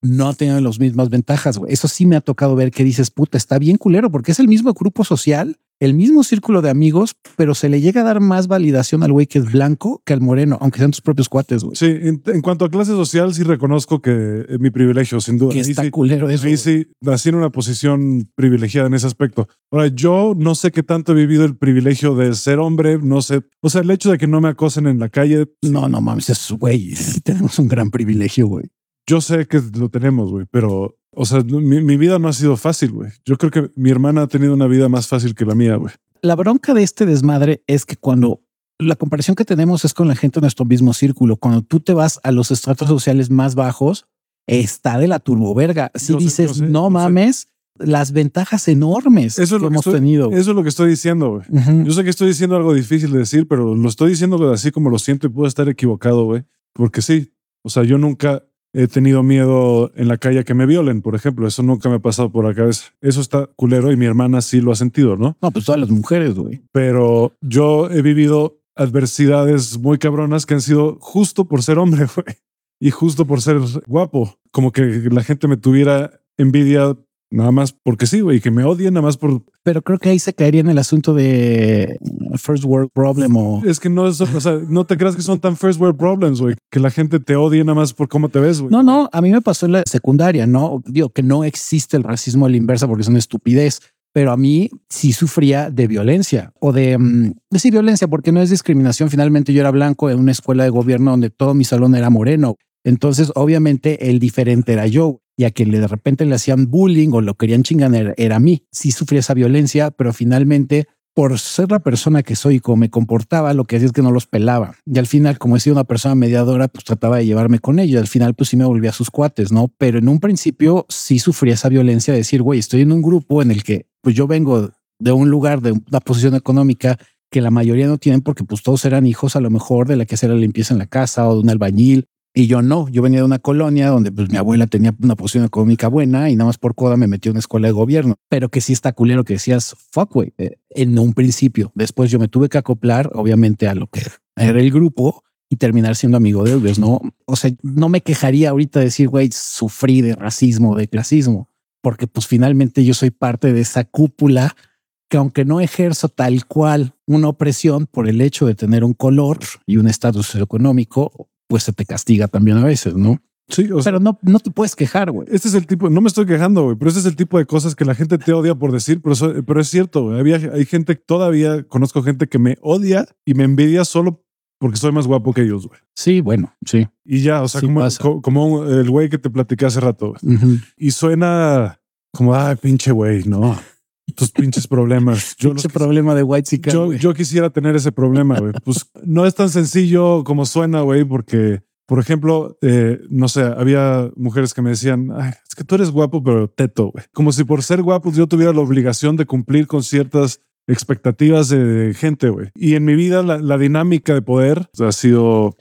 no tienen las mismas ventajas, güey. Eso sí me ha tocado ver que dices, puta, está bien culero, porque es el mismo grupo social, el mismo círculo de amigos, pero se le llega a dar más validación al güey que es blanco que al moreno, aunque sean tus propios cuates, güey. Sí, en cuanto a clase social, sí reconozco que es mi privilegio, sin duda. Que Ahí está sí, culero eso. ahí sí, nací en una posición privilegiada en ese aspecto. Ahora, yo no sé qué tanto he vivido el privilegio de ser hombre, no sé. O sea, el hecho de que no me acosen en la calle. No, no mames, es güey. Tenemos un gran privilegio, güey. Yo sé que lo tenemos, güey, pero, o sea, mi vida no ha sido fácil, güey. Yo creo que mi hermana ha tenido una vida más fácil que la mía, güey. La bronca de este desmadre es que cuando la comparación que tenemos es con la gente de nuestro mismo círculo, cuando tú te vas a los estratos sociales más bajos, está de la turboverga. Si dices, no mames, las ventajas enormes eso es que lo hemos tenido. Eso es lo que estoy diciendo, güey. Yo sé que estoy diciendo algo difícil de decir, pero lo estoy diciendo así como lo siento y puedo estar equivocado, güey. Porque sí, o sea, yo nunca he tenido miedo en la calle a que me violen, por ejemplo. Eso nunca me ha pasado por la cabeza. Eso está culero y mi hermana sí lo ha sentido, ¿no? No, pues todas las mujeres, güey. Pero yo he vivido adversidades muy cabronas que han sido justo por ser hombre, güey. Y justo por ser guapo. Como que la gente me tuviera envidia nada más porque sí, güey. Que me odien nada más por... Pero creo que ahí se caería en el asunto de first world problem o... Es que no es... O sea, no te creas que son tan first world problems, güey. Que la gente te odie nada más por cómo te ves, güey. No, a mí me pasó en la secundaria, ¿no? Digo que no existe el racismo a la inversa porque es una estupidez. Pero a mí sí sufría de violencia o de sí, violencia, porque no es discriminación. Finalmente yo era blanco en una escuela de gobierno donde todo mi salón era moreno. Entonces, obviamente, el diferente era yo, y a quien de repente le hacían bullying o lo querían chingar era a mí. Sí sufría esa violencia, pero finalmente, por ser la persona que soy y cómo me comportaba, lo que hacía es que no los pelaba. Y al final, como he sido una persona mediadora, pues trataba de llevarme con ellos. Al final, pues sí me volvía a sus cuates, ¿no? Pero en un principio sí sufría esa violencia de decir, güey, estoy en un grupo en el que pues yo vengo de un lugar, de una posición económica que la mayoría no tienen porque pues todos eran hijos a lo mejor de la que hacía la limpieza en la casa o de un albañil. Y yo no, yo venía de una colonia donde pues mi abuela tenía una posición económica buena y nada más por coda me metió en una escuela de gobierno, pero que sí está culero que decías, fuck, güey, en un principio. Después yo me tuve que acoplar, obviamente, a lo que era el grupo y terminar siendo amigo de ellos, ¿no? O sea, no me quejaría ahorita de decir, güey, sufrí de racismo, de clasismo, porque pues finalmente yo soy parte de esa cúpula que aunque no ejerzo tal cual una opresión por el hecho de tener un color y un estatus socioeconómico, pues se te castiga también a veces, ¿no? Sí, o sea, pero no te puedes quejar, güey. Este es el tipo, no me estoy quejando, güey, pero este es el tipo de cosas que la gente te odia por decir, pero es cierto, güey. Hay gente, todavía conozco gente que me odia y me envidia solo porque soy más guapo que ellos, güey. Sí, bueno, sí. Y ya, o sea, sí como el güey que te platiqué hace rato. Y suena como, ay, pinche güey, no. Tus pinches problemas. Pinche problema de white chica. Yo quisiera tener ese problema, güey. Pues no es tan sencillo como suena, güey, porque, por ejemplo, no sé, había mujeres que me decían, ay, es que tú eres guapo, pero teto, güey. Como si por ser guapo yo tuviera la obligación de cumplir con ciertas expectativas de gente, güey. Y en mi vida la dinámica de poder ha sido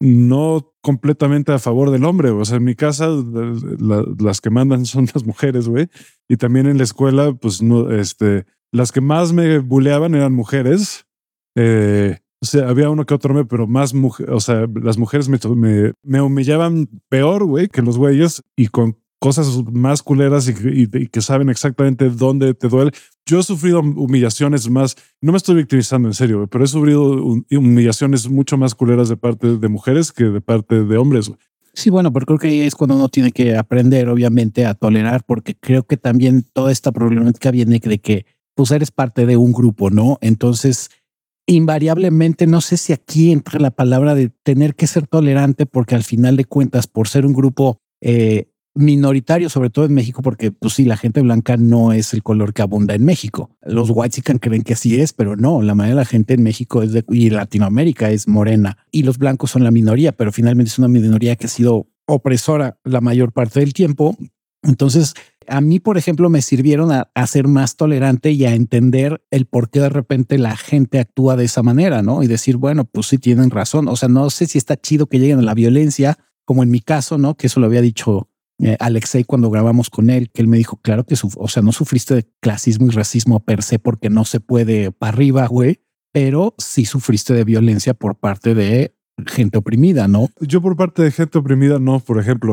no completamente a favor del hombre. O sea, en mi casa las que mandan son las mujeres, güey. Y también en la escuela, pues no, las que más me buleaban eran mujeres. O sea, había uno que otro hombre, pero más mujeres. O sea, las mujeres me humillaban peor, güey, que los güeyes y con cosas más culeras y que saben exactamente dónde te duele. Yo he sufrido humillaciones más, no me estoy victimizando en serio, güey, pero he sufrido humillaciones mucho más culeras de parte de mujeres que de parte de hombres, güey. Sí, bueno, pero creo que ahí es cuando uno tiene que aprender, obviamente, a tolerar, porque creo que también toda esta problemática viene de que pues eres parte de un grupo, ¿no? Entonces, invariablemente, no sé si aquí entra la palabra de tener que ser tolerante, porque al final de cuentas, por ser un grupo minoritario, sobre todo en México, porque pues sí, la gente blanca no es el color que abunda en México. Los whitexican creen que así es, pero no, la mayoría de la gente en México y Latinoamérica es morena y los blancos son la minoría, pero finalmente es una minoría que ha sido opresora la mayor parte del tiempo. Entonces, a mí, por ejemplo, me sirvieron a ser más tolerante y a entender el por qué de repente la gente actúa de esa manera, ¿no? Y decir, bueno, pues sí tienen razón. O sea, no sé si está chido que lleguen a la violencia, como en mi caso, ¿no? Que eso lo había dicho Alexei cuando grabamos con él, que él me dijo, claro que o sea, no sufriste de clasismo y racismo per se porque no se puede para arriba, güey, pero sí sufriste de violencia por parte de gente oprimida, ¿no? Yo por parte de gente oprimida, no, por ejemplo.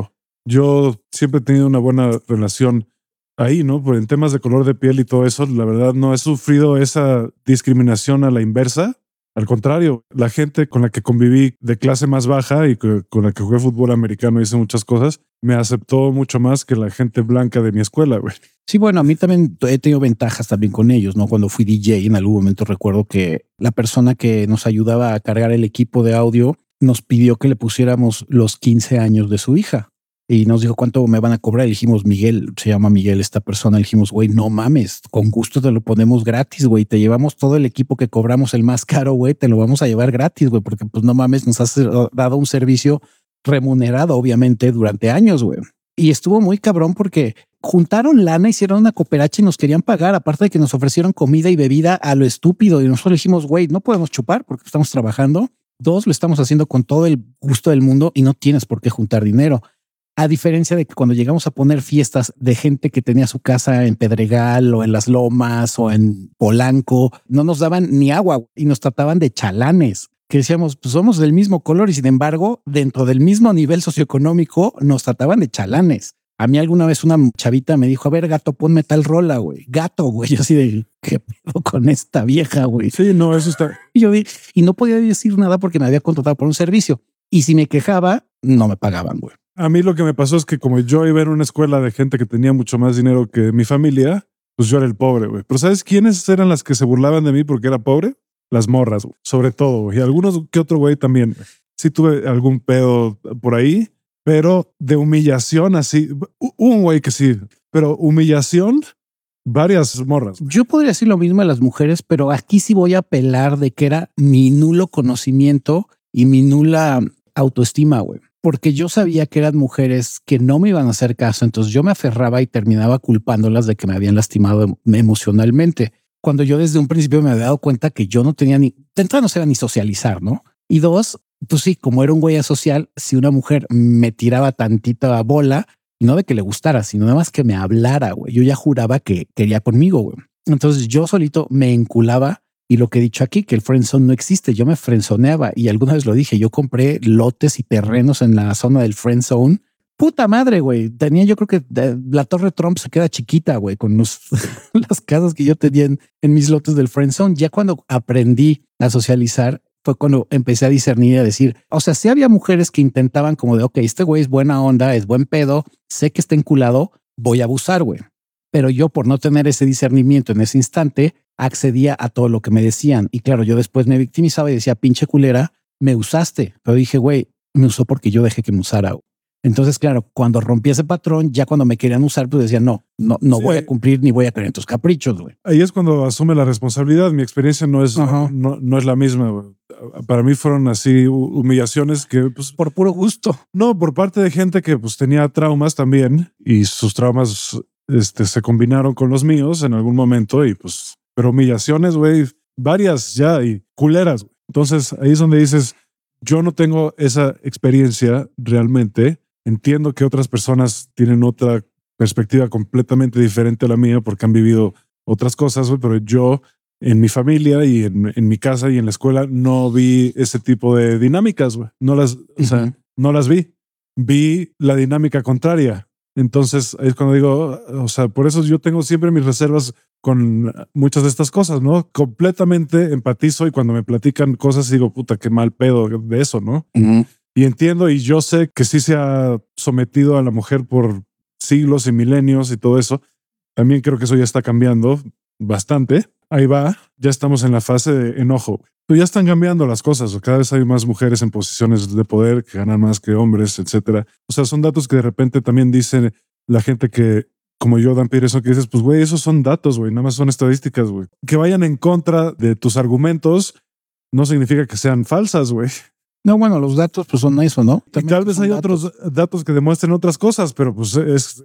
Yo siempre he tenido una buena relación ahí, ¿no? Pues en temas de color de piel y todo eso, la verdad no he sufrido esa discriminación a la inversa. Al contrario, la gente con la que conviví de clase más baja y con la que jugué fútbol americano y hice muchas cosas, me aceptó mucho más que la gente blanca de mi escuela, güey. Sí, bueno, a mí también he tenido ventajas también con ellos, ¿no? Cuando fui DJ, en algún momento recuerdo que la persona que nos ayudaba a cargar el equipo de audio nos pidió que le pusiéramos los 15 años de su hija y nos dijo cuánto me van a cobrar. Y dijimos, Miguel, se llama Miguel esta persona. Y dijimos, güey, no mames, con gusto te lo ponemos gratis, güey. Te llevamos todo el equipo que cobramos el más caro, güey. Te lo vamos a llevar gratis, güey, porque pues no mames, nos has dado un servicio remunerado, obviamente, durante años, güey. Y estuvo muy cabrón porque juntaron lana, hicieron una cooperacha y nos querían pagar, aparte de que nos ofrecieron comida y bebida a lo estúpido. Y nosotros dijimos, güey, no podemos chupar porque estamos trabajando. Dos, lo estamos haciendo con todo el gusto del mundo y no tienes por qué juntar dinero. A diferencia de que cuando llegamos a poner fiestas de gente que tenía su casa en Pedregal o en Las Lomas o en Polanco, no nos daban ni agua y nos trataban de chalanes, que decíamos, pues somos del mismo color y sin embargo, dentro del mismo nivel socioeconómico, nos trataban de chalanes. A mí alguna vez una chavita me dijo, a ver, gato, ponme tal rola, güey. Gato, güey. Yo así de, ¿qué pedo con esta vieja, güey? Sí, no, eso está. Y yo di, y no podía decir nada porque me había contratado por un servicio. Y si me quejaba, no me pagaban, güey. A mí lo que me pasó es que como yo iba en una escuela de gente que tenía mucho más dinero que mi familia, pues yo era el pobre, güey. Pero ¿sabes quiénes eran las que se burlaban de mí porque era pobre? Las morras, güey. Sobre todo, güey. Y algunos que otro güey también. Sí tuve algún pedo por ahí, pero de humillación así. Un güey que sí, pero humillación, varias morras. Yo podría decir lo mismo de las mujeres, pero aquí sí voy a apelar de que era mi nulo conocimiento y mi nula autoestima, güey. Porque yo sabía que eran mujeres que no me iban a hacer caso, entonces yo me aferraba y terminaba culpándolas de que me habían lastimado emocionalmente. Cuando yo desde un principio me había dado cuenta que yo no tenía ni, de entrada no sabía ni socializar, ¿no? Y dos, pues sí, como era un güey asocial, si una mujer me tiraba tantita bola, y no de que le gustara, sino nada más que me hablara, güey, yo ya juraba que quería conmigo, güey. Entonces yo solito me enculaba. Y lo que he dicho aquí, que el friendzone no existe, yo me friendzoneaba y alguna vez lo dije, yo compré lotes y terrenos en la zona del friendzone. Puta madre, güey. Tenía, yo creo que la Torre Trump se queda chiquita, güey, con las casas que yo tenía en mis lotes del friendzone. Ya cuando aprendí a socializar, fue cuando empecé a discernir y a decir, o sea, sí había mujeres que intentaban como de, ok, este güey es buena onda, es buen pedo, sé que está enculado, voy a abusar, güey. Pero yo por no tener ese discernimiento en ese instante, accedía a todo lo que me decían. Y claro, yo después me victimizaba y decía, pinche culera, me usaste. Pero dije, güey, me usó porque yo dejé que me usara. Entonces, claro, cuando rompí ese patrón, ya cuando me querían usar, pues decía, no sí, voy a cumplir ni voy a creer en tus caprichos, güey. Ahí es cuando asume la responsabilidad. Mi experiencia no es la misma, güey. Para mí fueron así humillaciones que pues por puro gusto. No, por parte de gente que pues tenía traumas también y sus traumas se combinaron con los míos en algún momento y pues, pero humillaciones, güey, varias ya y culeras. Entonces ahí es donde dices, yo no tengo esa experiencia realmente. Entiendo que otras personas tienen otra perspectiva completamente diferente a la mía porque han vivido otras cosas, güey, pero yo en mi familia y en mi casa y en la escuela no vi ese tipo de dinámicas, güey. No las, o sea, no las vi. Vi la dinámica contraria. Entonces es cuando digo, o sea, por eso yo tengo siempre mis reservas con muchas de estas cosas, ¿no? Completamente empatizo y cuando me platican cosas digo, puta, qué mal pedo de eso, ¿no? Y entiendo y yo sé que sí se ha sometido a la mujer por siglos y milenios y todo eso. También creo que eso ya está cambiando bastante. Ahí va, ya estamos en la fase de enojo. Pero ya están cambiando las cosas. Cada vez hay más mujeres en posiciones de poder que ganan más que hombres, etcétera. O sea, son datos que de repente también dice la gente que, como yo, Dan Peterson, que dices, pues güey, esos son datos, güey, nada más son estadísticas, güey. Que vayan en contra de tus argumentos no significa que sean falsas, güey. No, bueno, los datos pues son eso, ¿no? También y tal vez hay datos. Otros datos que demuestren otras cosas, pero pues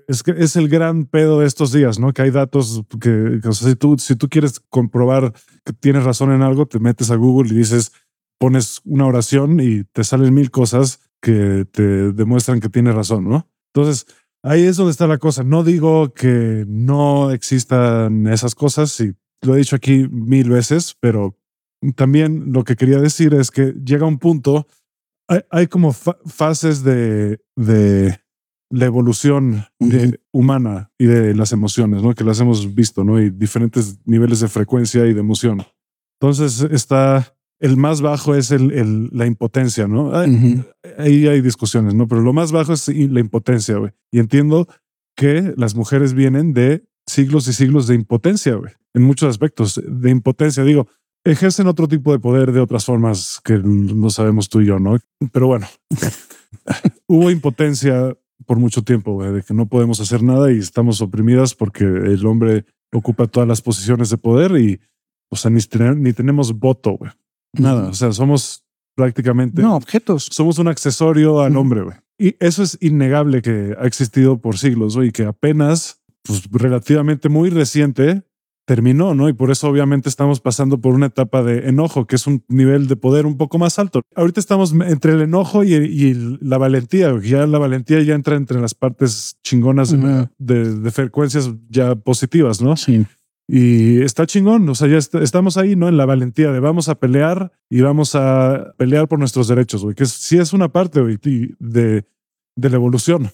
es el gran pedo de estos días, ¿no? Que hay datos que o sea, si tú quieres comprobar que tienes razón en algo, te metes a Google y dices, pones una oración y te salen 1000 cosas que te demuestran que tienes razón, ¿no? Entonces, ahí es donde está la cosa. No digo que no existan esas cosas y lo he dicho aquí 1000 veces, pero también lo que quería decir es que llega un punto, hay como fases de la evolución humana y de las emociones, ¿no? Que las hemos visto, ¿no? Y diferentes niveles de frecuencia y de emoción. Entonces está el más bajo es la impotencia, ¿no? Ahí hay discusiones, ¿no? Pero lo más bajo es la impotencia, güey. Y entiendo que las mujeres vienen de siglos y siglos de impotencia, güey. En muchos aspectos de impotencia. Digo, ejercen otro tipo de poder de otras formas que no sabemos tú y yo, ¿no? Pero bueno, hubo impotencia por mucho tiempo, güey, de que no podemos hacer nada y estamos oprimidas porque el hombre ocupa todas las posiciones de poder y, o sea, ni tenemos voto, güey. Nada, o sea, somos prácticamente... No, objetos. Somos un accesorio al hombre, güey. Y eso es innegable que ha existido por siglos, güey, y que apenas, pues relativamente muy reciente, terminó, ¿no? Y por eso obviamente estamos pasando por una etapa de enojo, que es un nivel de poder un poco más alto. Ahorita estamos entre el enojo y la valentía, güey. Ya la valentía ya entra entre las partes chingonas de frecuencias ya positivas, ¿no? Sí. Y está chingón, o sea, ya estamos ahí, ¿no? En la valentía de vamos a pelear y vamos a pelear por nuestros derechos, güey, que sí es una parte, güey, de la evolución,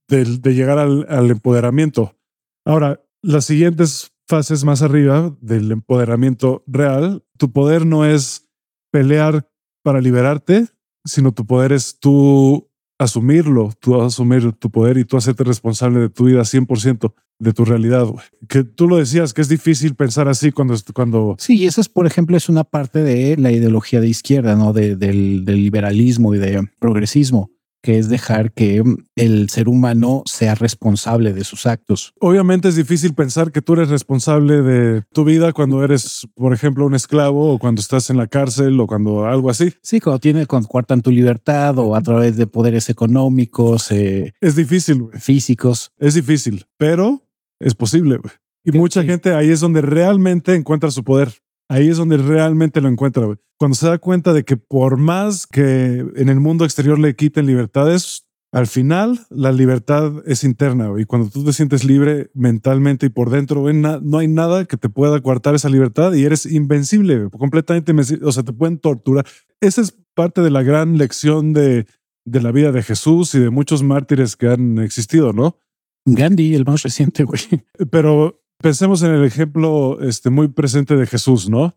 de llegar al empoderamiento. Ahora, las siguientes fases más arriba del empoderamiento real, tu poder no es pelear para liberarte, sino tu poder es tú asumirlo, tú asumir tu poder y tú hacerte responsable de tu vida 100%. De tu realidad, güey. Que tú lo decías, que es difícil pensar así cuando... Sí, y eso es, por ejemplo, es una parte de la ideología de izquierda, ¿no? Del liberalismo y de progresismo, que es dejar que el ser humano sea responsable de sus actos. Obviamente es difícil pensar que tú eres responsable de tu vida cuando eres, por ejemplo, un esclavo o cuando estás en la cárcel o cuando algo así. Sí, cuando coartan tu libertad o a través de poderes económicos. Es difícil, güey. Físicos. Es difícil, pero es posible, güey. Y mucha gente ahí es donde realmente encuentra su poder. Ahí es donde realmente lo encuentra, güey. Cuando se da cuenta de que por más que en el mundo exterior le quiten libertades, al final la libertad es interna, güey. Y cuando tú te sientes libre mentalmente y por dentro, güey, no hay nada que te pueda coartar esa libertad y eres invencible, güey, completamente invencible. O sea, te pueden torturar. Esa es parte de la gran lección de la vida de Jesús y de muchos mártires que han existido, ¿no? Gandhi, el más reciente, güey. Pero pensemos en el ejemplo muy presente de Jesús, ¿no?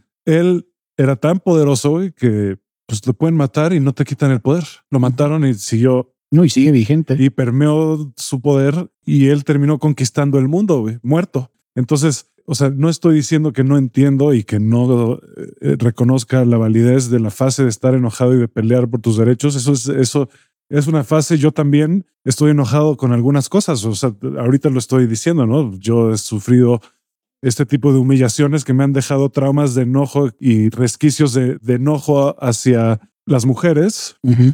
Él era tan poderoso, güey, que pues lo pueden matar y no te quitan el poder. Lo mataron y siguió. No, y sigue vigente. Y permeó su poder y él terminó conquistando el mundo, güey, muerto. Entonces, o sea, no estoy diciendo que no entiendo y que no reconozca la validez de la fase de estar enojado y de pelear por tus derechos. Eso es una fase. Yo también estoy enojado con algunas cosas. O sea, ahorita lo estoy diciendo, ¿no? Yo he sufrido este tipo de humillaciones que me han dejado traumas de enojo y resquicios de enojo hacia las mujeres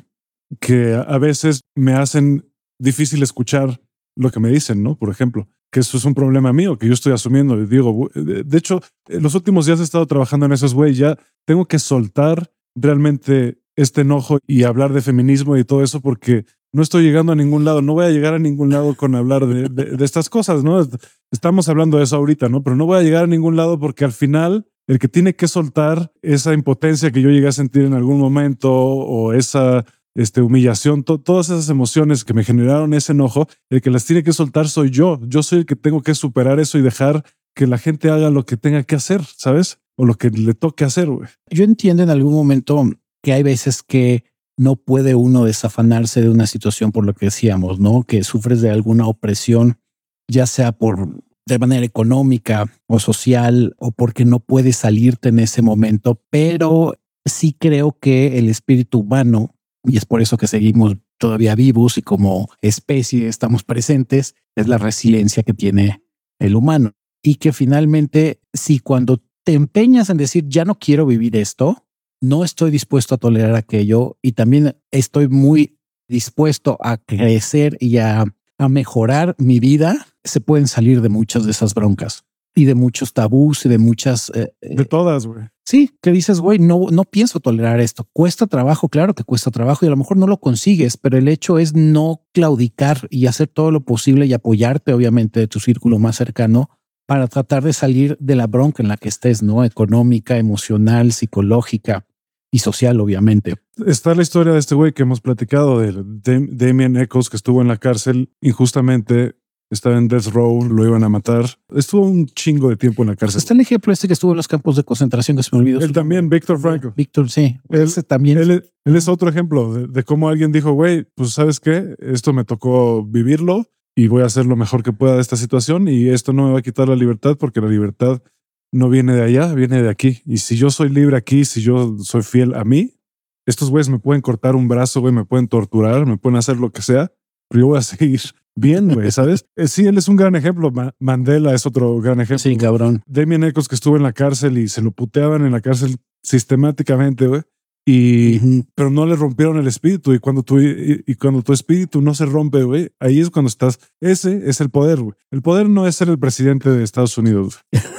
que a veces me hacen difícil escuchar lo que me dicen, ¿no? Por ejemplo, que eso es un problema mío que yo estoy asumiendo. Y digo, de hecho, en los últimos días he estado trabajando en esos, güey, ya tengo que soltar realmente este enojo y hablar de feminismo y todo eso porque no estoy llegando a ningún lado. No voy a llegar a ningún lado con hablar de estas cosas, ¿no? Estamos hablando de eso ahorita, ¿no? Pero no voy a llegar a ningún lado porque al final el que tiene que soltar esa impotencia que yo llegué a sentir en algún momento o esa humillación, todas esas emociones que me generaron ese enojo, el que las tiene que soltar soy yo. Yo soy el que tengo que superar eso y dejar que la gente haga lo que tenga que hacer, ¿sabes? O lo que le toque hacer, güey. Yo entiendo en algún momento que hay veces que no puede uno desafanarse de una situación por lo que decíamos, ¿no? Que sufres de alguna opresión, ya sea de manera económica o social o porque no puedes salirte en ese momento, pero sí creo que el espíritu humano, y es por eso que seguimos todavía vivos y como especie estamos presentes, es la resiliencia que tiene el humano. Y que finalmente, si cuando te empeñas en decir, ya no quiero vivir esto, no estoy dispuesto a tolerar aquello y también estoy muy dispuesto a crecer y a mejorar mi vida, se pueden salir de muchas de esas broncas y de muchos tabús y de muchas... de todas, güey. Sí, que dices, güey, no pienso tolerar esto. Cuesta trabajo, claro que cuesta trabajo y a lo mejor no lo consigues, pero el hecho es no claudicar y hacer todo lo posible y apoyarte, obviamente, de tu círculo más cercano para tratar de salir de la bronca en la que estés, ¿no? Económica, emocional, psicológica. y social, obviamente. Está la historia de este güey que hemos platicado, de Damien Echols, que estuvo en la cárcel injustamente. Estaba en Death Row, lo iban a matar. Estuvo un chingo de tiempo en la cárcel. Está el ejemplo este que estuvo en los campos de concentración, que se me olvidó. Él también, Víctor Franco. Víctor, sí. Ese también. Él es otro ejemplo de cómo alguien dijo, güey, pues ¿sabes qué? Esto me tocó vivirlo y voy a hacer lo mejor que pueda de esta situación y esto no me va a quitar la libertad porque la libertad no viene de allá, viene de aquí. Y si yo soy libre aquí, si yo soy fiel a mí, estos güeyes me pueden cortar un brazo, güey, me pueden torturar, me pueden hacer lo que sea, pero yo voy a seguir bien, güey, ¿sabes? Sí, él es un gran ejemplo. Mandela es otro gran ejemplo. Sí, cabrón. Damien Echols, que estuvo en la cárcel y se lo puteaban en la cárcel sistemáticamente, güey. Pero no le rompieron el espíritu. Y cuando tu espíritu no se rompe, güey, ahí es cuando estás. Ese es el poder, güey. El poder no es ser el presidente de Estados Unidos.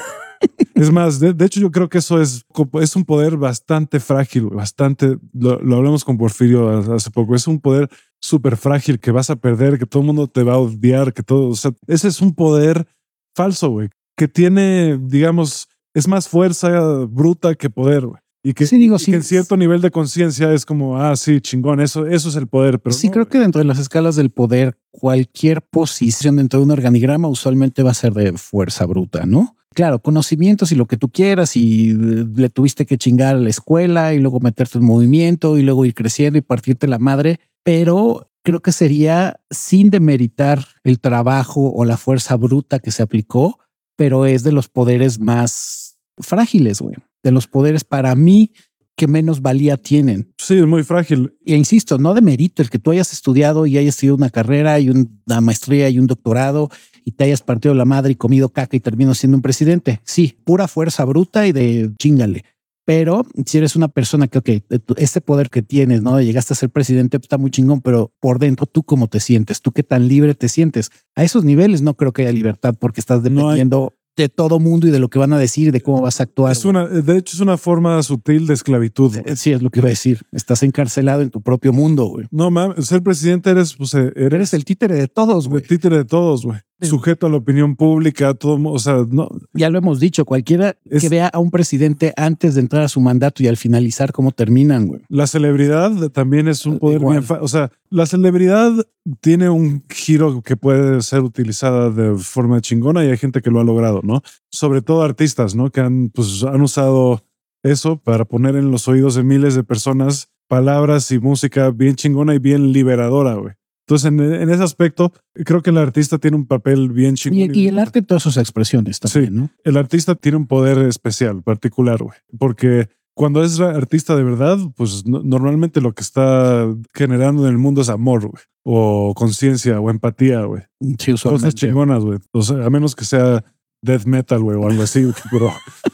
Es más, de hecho, yo creo que eso es un poder bastante frágil, bastante. Lo hablamos con Porfirio hace poco. Es un poder súper frágil que vas a perder, que todo el mundo te va a odiar, que todo. O sea, ese es un poder falso, güey, que tiene, digamos, es más fuerza bruta que poder, güey. Y que, sí, digo, y que en cierto nivel de conciencia es como, sí, chingón, eso es el poder. Pero sí, no, creo que dentro de las escalas del poder, cualquier posición dentro de un organigrama usualmente va a ser de fuerza bruta, ¿no? Claro, conocimientos y lo que tú quieras y le tuviste que chingar a la escuela y luego meterte en movimiento y luego ir creciendo y partirte la madre, pero creo que sería sin demeritar el trabajo o la fuerza bruta que se aplicó, pero es de los poderes más frágiles, güey. De los poderes para mí que menos valía tienen. Sí, es muy frágil. E insisto, no demerito el que tú hayas estudiado y hayas estudiado una carrera y una maestría y un doctorado y te hayas partido la madre y comido caca y termino siendo un presidente. Sí, pura fuerza bruta y de chingale. Pero si eres una persona que, este poder que tienes, ¿no? Llegaste a ser presidente, está muy chingón, pero por dentro, ¿tú cómo te sientes? ¿Tú qué tan libre te sientes? A esos niveles no creo que haya libertad porque estás dependiendo de todo mundo y de lo que van a decir, de cómo vas a actuar. De hecho, es una forma sutil de esclavitud. Sí, es lo que iba a decir. Estás encarcelado en tu propio mundo, güey. No mames, ser presidente eres el títere de todos, güey. El títere de todos, güey. Sujeto a la opinión pública, todo, o sea, no. Ya lo hemos dicho, cualquiera que vea a un presidente antes de entrar a su mandato y al finalizar cómo terminan, güey. La celebridad también es un poder bien, o sea, la celebridad tiene un giro que puede ser utilizada de forma chingona y hay gente que lo ha logrado, ¿no? Sobre todo artistas, ¿no? Que han usado eso para poner en los oídos de miles de personas palabras y música bien chingona y bien liberadora, güey. Entonces, en ese aspecto, creo que el artista tiene un papel bien chingón. Y el arte, todas sus expresiones también, sí, ¿no? El artista tiene un poder especial, particular, güey. Porque cuando es artista de verdad, pues normalmente lo que está generando en el mundo es amor, güey. O conciencia, o empatía, güey. Sí, usualmente. Cosas chingonas, güey. O sea, a menos que sea death metal, güey, o algo así, bro.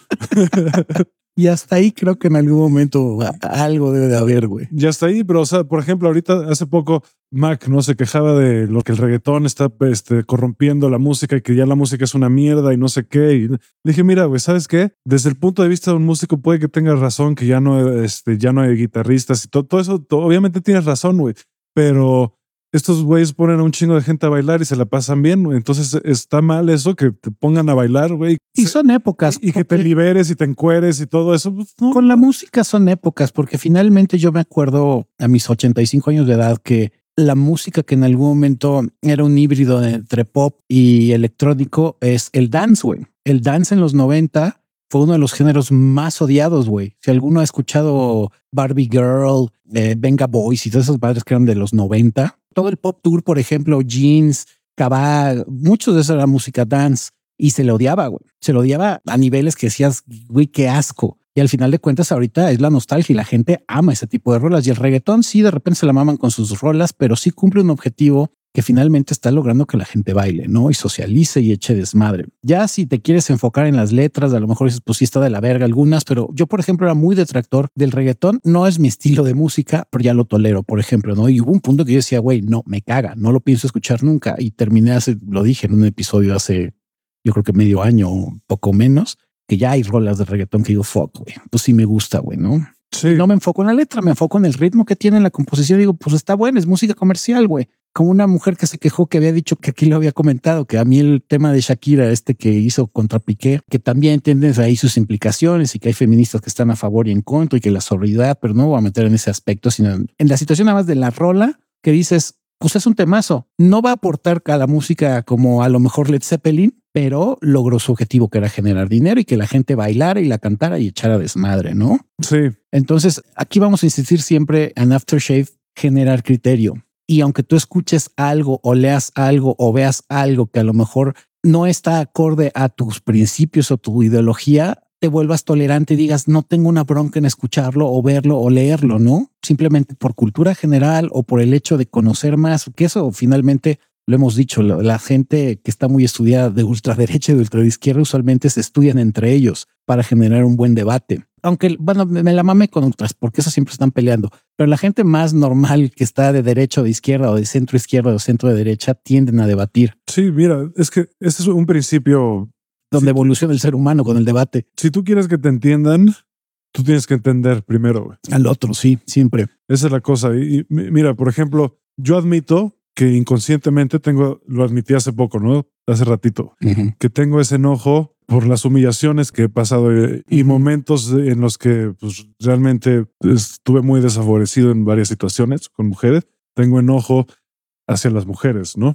Y hasta ahí creo que en algún momento algo debe de haber, güey. Ya está ahí, pero, o sea, por ejemplo, ahorita hace poco Mac no se quejaba de lo que el reggaetón está corrompiendo la música y que ya la música es una mierda y no sé qué. Y le dije, mira, güey, ¿sabes qué? Desde el punto de vista de un músico puede que tengas razón, que ya no hay guitarristas y todo eso. Obviamente tienes razón, güey, pero estos güeyes ponen a un chingo de gente a bailar y se la pasan bien, güey. Entonces está mal eso que te pongan a bailar, güey. Y son épocas. Y que te liberes y te encueres y todo eso. Pues, no. Con la música son épocas, porque finalmente yo me acuerdo a mis 85 años de edad que la música que en algún momento era un híbrido entre pop y electrónico es el dance, güey. El dance en los 90 fue uno de los géneros más odiados, güey. Si alguno ha escuchado Barbie Girl, Venga Boys y todas esas madres que eran de los 90, todo el pop tour, por ejemplo, Jeans, Cabá, muchos de eso era música dance y se le odiaba, güey. Se le odiaba a niveles que decías, güey, qué asco. Y al final de cuentas ahorita es la nostalgia y la gente ama ese tipo de rolas. Y el reggaetón sí, de repente se la maman con sus rolas, pero sí cumple un objetivo que finalmente está logrando que la gente baile, ¿no? Y socialice y eche desmadre. Ya si te quieres enfocar en las letras, a lo mejor dices, pues sí está de la verga algunas, pero yo, por ejemplo, era muy detractor del reggaetón. No es mi estilo de música, pero ya lo tolero, por ejemplo, ¿no? Y hubo un punto que yo decía, güey, no, me caga, no lo pienso escuchar nunca. Y terminé lo dije en un episodio hace, yo creo que medio año o poco menos, que ya hay rolas de reggaetón que digo, fuck, güey, pues sí me gusta, güey, ¿no? Sí. No me enfoco en la letra, me enfoco en el ritmo que tiene la composición. Digo, pues está bueno, es música comercial, güey. como una mujer que se quejó, que había dicho, que aquí lo había comentado, que a mí el tema de Shakira, que hizo contra Piqué, que también entiendes ahí sus implicaciones y que hay feministas que están a favor y en contra y que la sororidad, pero no voy a meter en ese aspecto, sino en la situación nada más de la rola que dices, pues es un temazo. No va a aportar a la música como a lo mejor Led Zeppelin, pero logró su objetivo, que era generar dinero y que la gente bailara y la cantara y echara desmadre, ¿no? Sí. Entonces aquí vamos a insistir siempre en Aftershave, generar criterio. Y aunque tú escuches algo o leas algo o veas algo que a lo mejor no está acorde a tus principios o tu ideología, te vuelvas tolerante y digas, no tengo una bronca en escucharlo o verlo o leerlo, ¿no? Simplemente por cultura general o por el hecho de conocer más, que eso finalmente lo hemos dicho, la gente que está muy estudiada de ultraderecha y de ultraizquierda usualmente se estudian entre ellos para generar un buen debate. Aunque, bueno, me la mame con otras, porque eso siempre están peleando. Pero la gente más normal que está de derecha o de izquierda o de centro izquierda o centro de derecha tienden a debatir. Sí, mira, es que ese es un principio donde evoluciona el ser humano con el debate. Si tú quieres que te entiendan, tú tienes que entender primero, güey. Al otro, sí, siempre. Esa es la cosa. Y mira, por ejemplo, yo admito que inconscientemente lo admití hace poco, ¿no? Hace ratito, que tengo ese enojo por las humillaciones que he pasado y momentos en los que pues, realmente estuve muy desfavorecido en varias situaciones con mujeres. Tengo enojo hacia las mujeres, ¿no?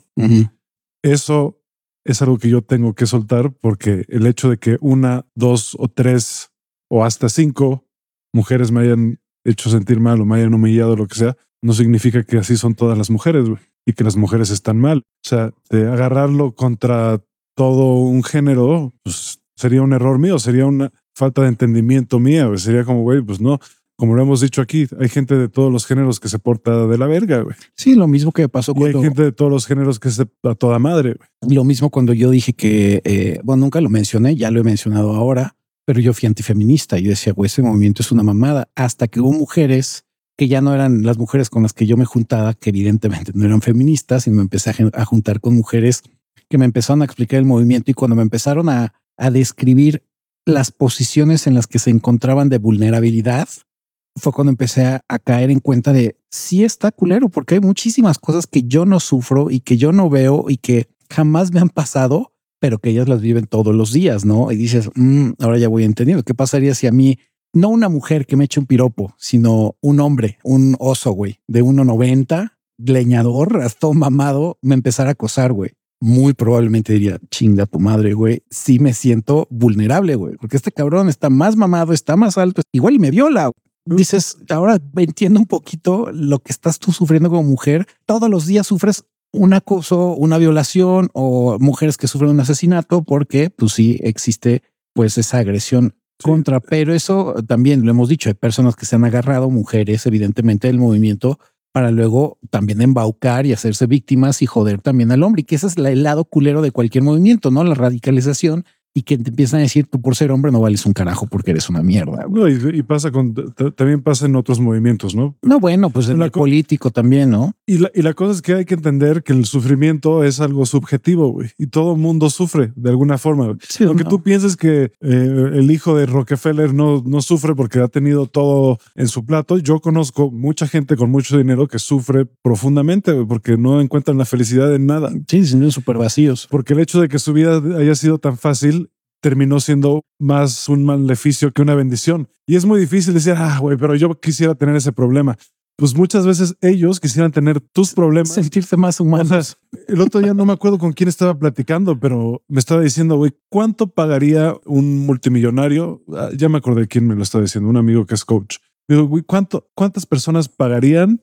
Eso es algo que yo tengo que soltar porque el hecho de que 1, 2 o 3 o hasta 5 mujeres me hayan hecho sentir mal o me hayan humillado, lo que sea, no significa que así son todas las mujeres, güey, y que las mujeres están mal. O sea, de agarrarlo contra todo un género, pues sería un error mío, sería una falta de entendimiento mía, güey. Sería como, güey, pues no. Como lo hemos dicho aquí, hay gente de todos los géneros que se porta de la verga, güey. Sí, lo mismo que pasó cuando... hay gente de todos los géneros que se a toda madre, güey. Lo mismo cuando yo dije que, bueno, nunca lo mencioné, ya lo he mencionado ahora, pero yo fui antifeminista y decía, güey, ese movimiento es una mamada. Hasta que hubo mujeres que ya no eran las mujeres con las que yo me juntaba, que evidentemente no eran feministas, y me empecé a juntar con mujeres que me empezaron a explicar el movimiento y cuando me empezaron a describir las posiciones en las que se encontraban de vulnerabilidad, fue cuando empecé a caer en cuenta de sí está culero, porque hay muchísimas cosas que yo no sufro y que yo no veo y que jamás me han pasado, pero que ellas las viven todos los días, ¿no? Y dices, ahora ya voy entendiendo. ¿Qué pasaría si a mí, no una mujer que me eche un piropo, sino un hombre, un oso, güey, de 1.90, leñador, hasta mamado, me empezara a acosar, güey? Muy probablemente diría, chinga tu madre, güey. Sí me siento vulnerable, güey, porque este cabrón está más mamado, está más alto, igual y me viola. Dices, ahora entiendo un poquito lo que estás tú sufriendo como mujer. Todos los días sufres un acoso, una violación o mujeres que sufren un asesinato porque pues sí existe pues esa agresión contra, pero eso también lo hemos dicho. Hay personas que se han agarrado, mujeres evidentemente del movimiento, para luego también embaucar y hacerse víctimas y joder también al hombre. Y que ese es el lado culero de cualquier movimiento, ¿no? La radicalización. Y que te empiezan a decir tú por ser hombre no vales un carajo porque eres una mierda. No, y pasa también pasa en otros movimientos, ¿no? No, bueno, pues en el político también, ¿no? Y la cosa es que hay que entender que el sufrimiento es algo subjetivo, güey. Y todo el mundo sufre de alguna forma. Sí, aunque tú pienses que el hijo de Rockefeller no sufre porque ha tenido todo en su plato. Yo conozco mucha gente con mucho dinero que sufre profundamente, güey, porque no encuentran la felicidad en nada. Sí, se sienten súper vacíos. Porque el hecho de que su vida haya sido tan fácil terminó siendo más un maleficio que una bendición. Y es muy difícil decir, güey, pero yo quisiera tener ese problema. Pues muchas veces ellos quisieran tener tus problemas. Sentirse más humanos. O sea, el otro día no me acuerdo con quién estaba platicando, pero me estaba diciendo, güey, ¿cuánto pagaría un multimillonario? Ya me acordé quién me lo estaba diciendo, un amigo que es coach. Digo, güey, ¿cuántas personas pagarían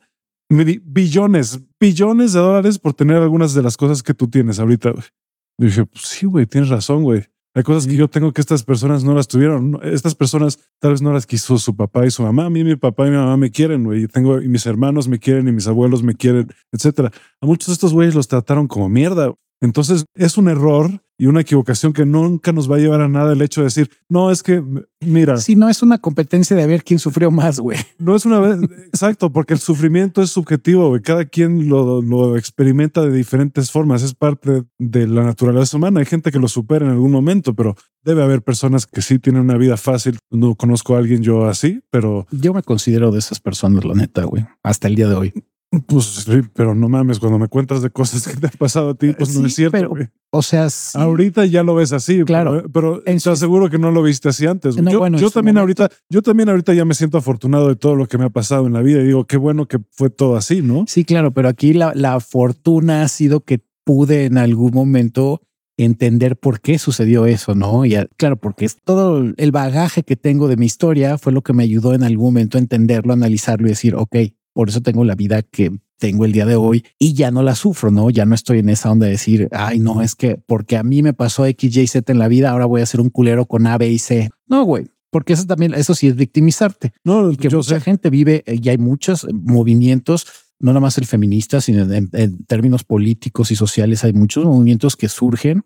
billones de dólares por tener algunas de las cosas que tú tienes ahorita, güey? Y dije, pues sí, güey, tienes razón, güey. Hay cosas que yo tengo que estas personas no las tuvieron. Estas personas tal vez no las quiso su papá y su mamá. A mí mi papá y mi mamá me quieren, güey. Y mis hermanos me quieren y mis abuelos me quieren, etcétera. A muchos de estos güeyes los trataron como mierda. Entonces es un error y una equivocación que nunca nos va a llevar a nada el hecho de decir, no, es que, mira. Si no es una competencia de ver quién sufrió más, güey. No es una vez, exacto, porque el sufrimiento es subjetivo, güey. Cada quien lo experimenta de diferentes formas. Es parte de la naturaleza humana. Hay gente que lo supera en algún momento, pero debe haber personas que sí tienen una vida fácil. No conozco a alguien yo así, pero... Yo me considero de esas personas, la neta, güey, hasta el día de hoy. Pues sí, pero no mames, cuando me cuentas de cosas que te han pasado a ti, pues no es cierto, pero, güey. o sea, sí, Ahorita ya lo ves así, claro, pero te aseguro que no lo viste así antes. No, bueno, yo también ahorita ya me siento afortunado de todo lo que me ha pasado en la vida y digo, qué bueno que fue todo así, ¿no? Sí, claro, pero aquí la fortuna ha sido que pude en algún momento entender por qué sucedió eso, ¿no? Y claro, porque es todo el bagaje que tengo de mi historia fue lo que me ayudó en algún momento a entenderlo, analizarlo y decir, ok, por eso tengo la vida que tengo el día de hoy y ya no la sufro, ¿no? Ya no estoy en esa onda de decir, ay, no, es que porque a mí me pasó X, Y, Z en la vida, ahora voy a ser un culero con A, B y C. No, güey. Porque eso también, eso sí es victimizarte. No, y que mucha gente vive y hay muchos movimientos, no nada más el feminista, sino en términos políticos y sociales, hay muchos movimientos que surgen,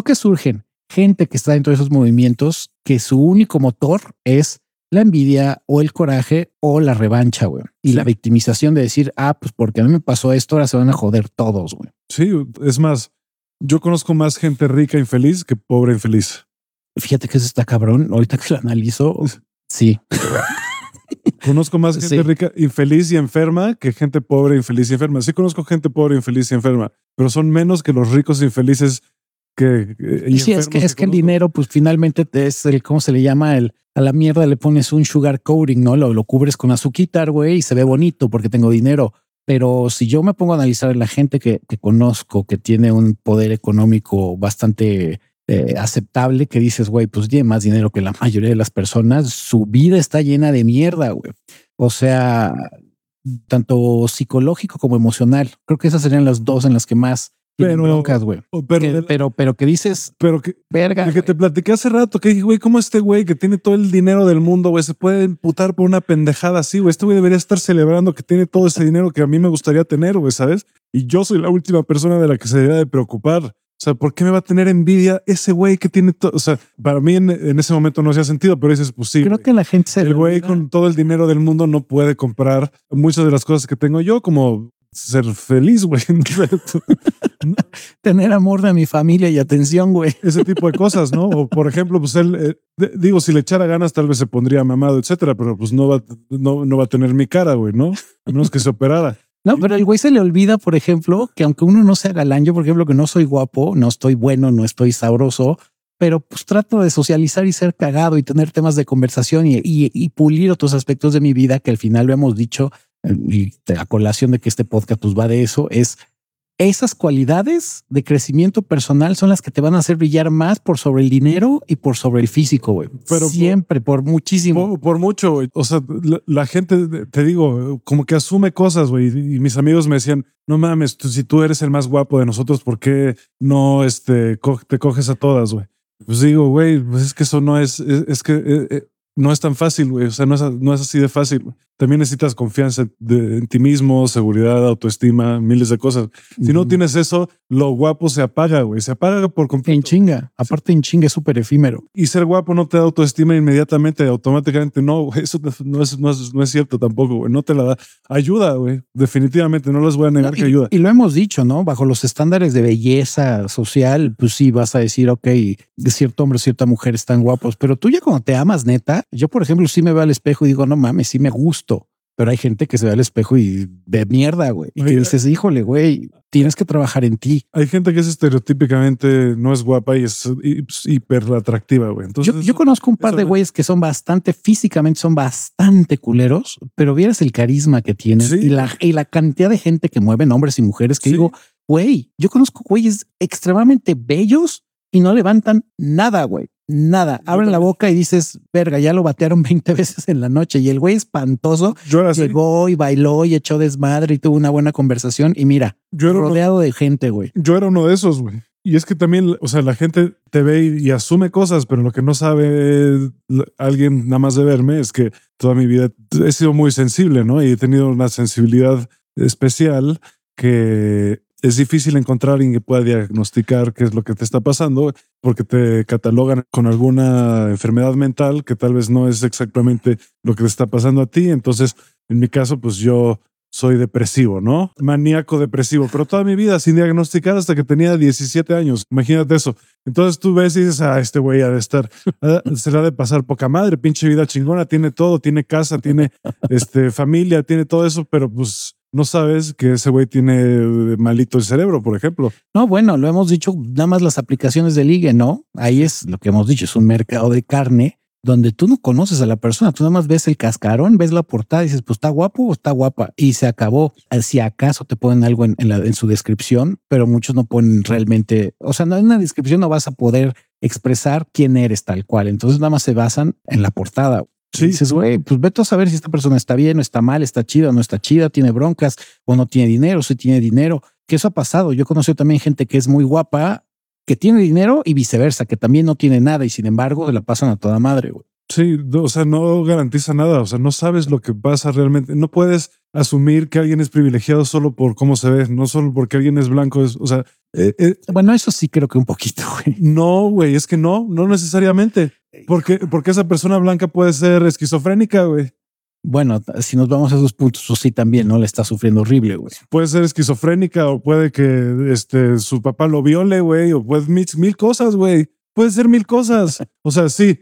gente que está dentro de esos movimientos que su único motor es la envidia o el coraje o la revancha, güey. Y la victimización de decir, pues porque a mí me pasó esto, ahora se van a joder todos, güey. Sí, es más, yo conozco más gente rica e infeliz que pobre e infeliz. Fíjate que eso está cabrón. Ahorita que lo analizo, sí. Conozco más gente rica, infeliz y enferma que gente pobre, infeliz y enferma. Sí conozco gente pobre, infeliz y enferma, pero son menos que los ricos infelices que... sí, es que el dinero, pues finalmente es el, ¿cómo se le llama? A la mierda le pones un sugar coating, ¿no? Lo cubres con azuquitar, güey, y se ve bonito porque tengo dinero. Pero si yo me pongo a analizar la gente que conozco, que tiene un poder económico bastante aceptable, que dices, güey, pues tiene más dinero que la mayoría de las personas, su vida está llena de mierda, güey. O sea, tanto psicológico como emocional. Creo que esas serían las dos en las que más broncas, güey. Pero que dices, pero que verga, que te platiqué hace rato, que dije, güey, ¿cómo este güey que tiene todo el dinero del mundo, güey, se puede imputar por una pendejada así, güey? Este güey debería estar celebrando que tiene todo ese dinero que a mí me gustaría tener, güey, ¿sabes? Y yo soy la última persona de la que se debería de preocupar. O sea, ¿por qué me va a tener envidia ese güey que tiene todo? O sea, para mí en ese momento no hacía sentido, pero dices, pues sí. Creo que la gente el güey con todo el dinero del mundo no puede comprar muchas de las cosas que tengo yo, como ser feliz, güey. Tener amor de mi familia y atención, güey. Ese tipo de cosas, ¿no? O por ejemplo, pues él, digo, si le echara ganas, tal vez se pondría mamado, etcétera, pero pues no va a tener mi cara, güey, ¿no? A menos que se operara. No, pero el güey se le olvida, por ejemplo, que aunque uno no sea galán, yo, por ejemplo, que no soy guapo, no estoy bueno, no estoy sabroso, pero pues trato de socializar y ser cagado y tener temas de conversación y pulir otros aspectos de mi vida que al final lo hemos dicho, y a colación de que este podcast pues va de eso, es esas cualidades de crecimiento personal son las que te van a hacer brillar más por sobre el dinero y por sobre el físico, güey. Pero siempre, por muchísimo. Por mucho, güey. O sea, la gente, te digo, como que asume cosas, güey. Y mis amigos me decían, no mames, si tú eres el más guapo de nosotros, ¿por qué no te coges a todas, güey? Pues digo, güey, pues es que eso no es que no es tan fácil, güey. O sea, no es así de fácil, güey. También necesitas confianza en ti mismo, seguridad, autoestima, miles de cosas. Si no tienes eso, lo guapo se apaga, güey. Se apaga por completo. En chinga. Aparte, en chinga es súper efímero. Y ser guapo no te da autoestima inmediatamente, automáticamente. No, güey, eso no es cierto tampoco, güey. No te la da. Ayuda, güey. Definitivamente, no les voy a negar que ayuda. Y lo hemos dicho, ¿no? Bajo los estándares de belleza social, pues sí, vas a decir, ok, de cierto hombre, cierta mujer están guapos. Pero tú ya cuando te amas, neta, yo, por ejemplo, sí me veo al espejo y digo, no mames, sí me gusto. Pero hay gente que se ve al espejo y de mierda, güey. Y que dices, híjole, güey, tienes que trabajar en ti. Hay gente que es estereotípicamente no es guapa y es hiper atractiva, güey. Entonces, yo conozco un par de güeyes que son físicamente son bastante culeros, pero vieras el carisma que tienen y la cantidad de gente que mueven, hombres y mujeres, que digo, güey, yo conozco güeyes extremadamente bellos y no levantan nada, güey. Nada, abren la boca y dices, verga, ya lo batearon 20 veces en la noche y el güey espantoso llegó y bailó y echó desmadre y tuvo una buena conversación y mira, rodeado de gente, güey. Yo era uno de esos, güey. Y es que también, o sea, la gente te ve y asume cosas, pero lo que no sabe alguien nada más de verme es que toda mi vida he sido muy sensible, ¿no? Y he tenido una sensibilidad especial que es difícil encontrar a alguien que pueda diagnosticar qué es lo que te está pasando porque te catalogan con alguna enfermedad mental que tal vez no es exactamente lo que te está pasando a ti. Entonces, en mi caso, pues yo soy depresivo, ¿no? Maníaco depresivo, pero toda mi vida sin diagnosticar hasta que tenía 17 años. Imagínate eso. Entonces tú ves y dices, este güey ha de estar, se le ha de pasar poca madre, pinche vida chingona, tiene todo, tiene casa, tiene familia, tiene todo eso, pero pues no sabes que ese güey tiene malito el cerebro, por ejemplo. No, bueno, lo hemos dicho, nada más las aplicaciones de ligue, ¿no? Ahí es lo que hemos dicho, es un mercado de carne donde tú no conoces a la persona, tú nada más ves el cascarón, ves la portada y dices, pues está guapo o está guapa y se acabó. Si acaso te ponen algo en su descripción, pero muchos no ponen realmente, o sea, no en una descripción no vas a poder expresar quién eres tal cual. Entonces nada más se basan en la portada. Sí. Y dices, güey, pues vete a saber si esta persona está bien o está mal, está chida o no está chida, tiene broncas o no tiene dinero, si tiene dinero, que eso ha pasado. Yo conocí también gente que es muy guapa, que tiene dinero y viceversa, que también no tiene nada y sin embargo se la pasan a toda madre, güey. Sí, o sea, no garantiza nada, o sea, no sabes lo que pasa realmente. No puedes asumir que alguien es privilegiado solo por cómo se ve, no solo porque alguien es blanco, o sea... bueno, eso sí creo que un poquito, güey. No, güey, es que no necesariamente. Porque esa persona blanca puede ser esquizofrénica, güey. Bueno, si nos vamos a esos puntos, pues sí también, ¿no? Le está sufriendo horrible, güey. Puede ser esquizofrénica o puede que su papá lo viole, güey, o puede mil cosas, güey. Puede ser mil cosas. O sea, sí,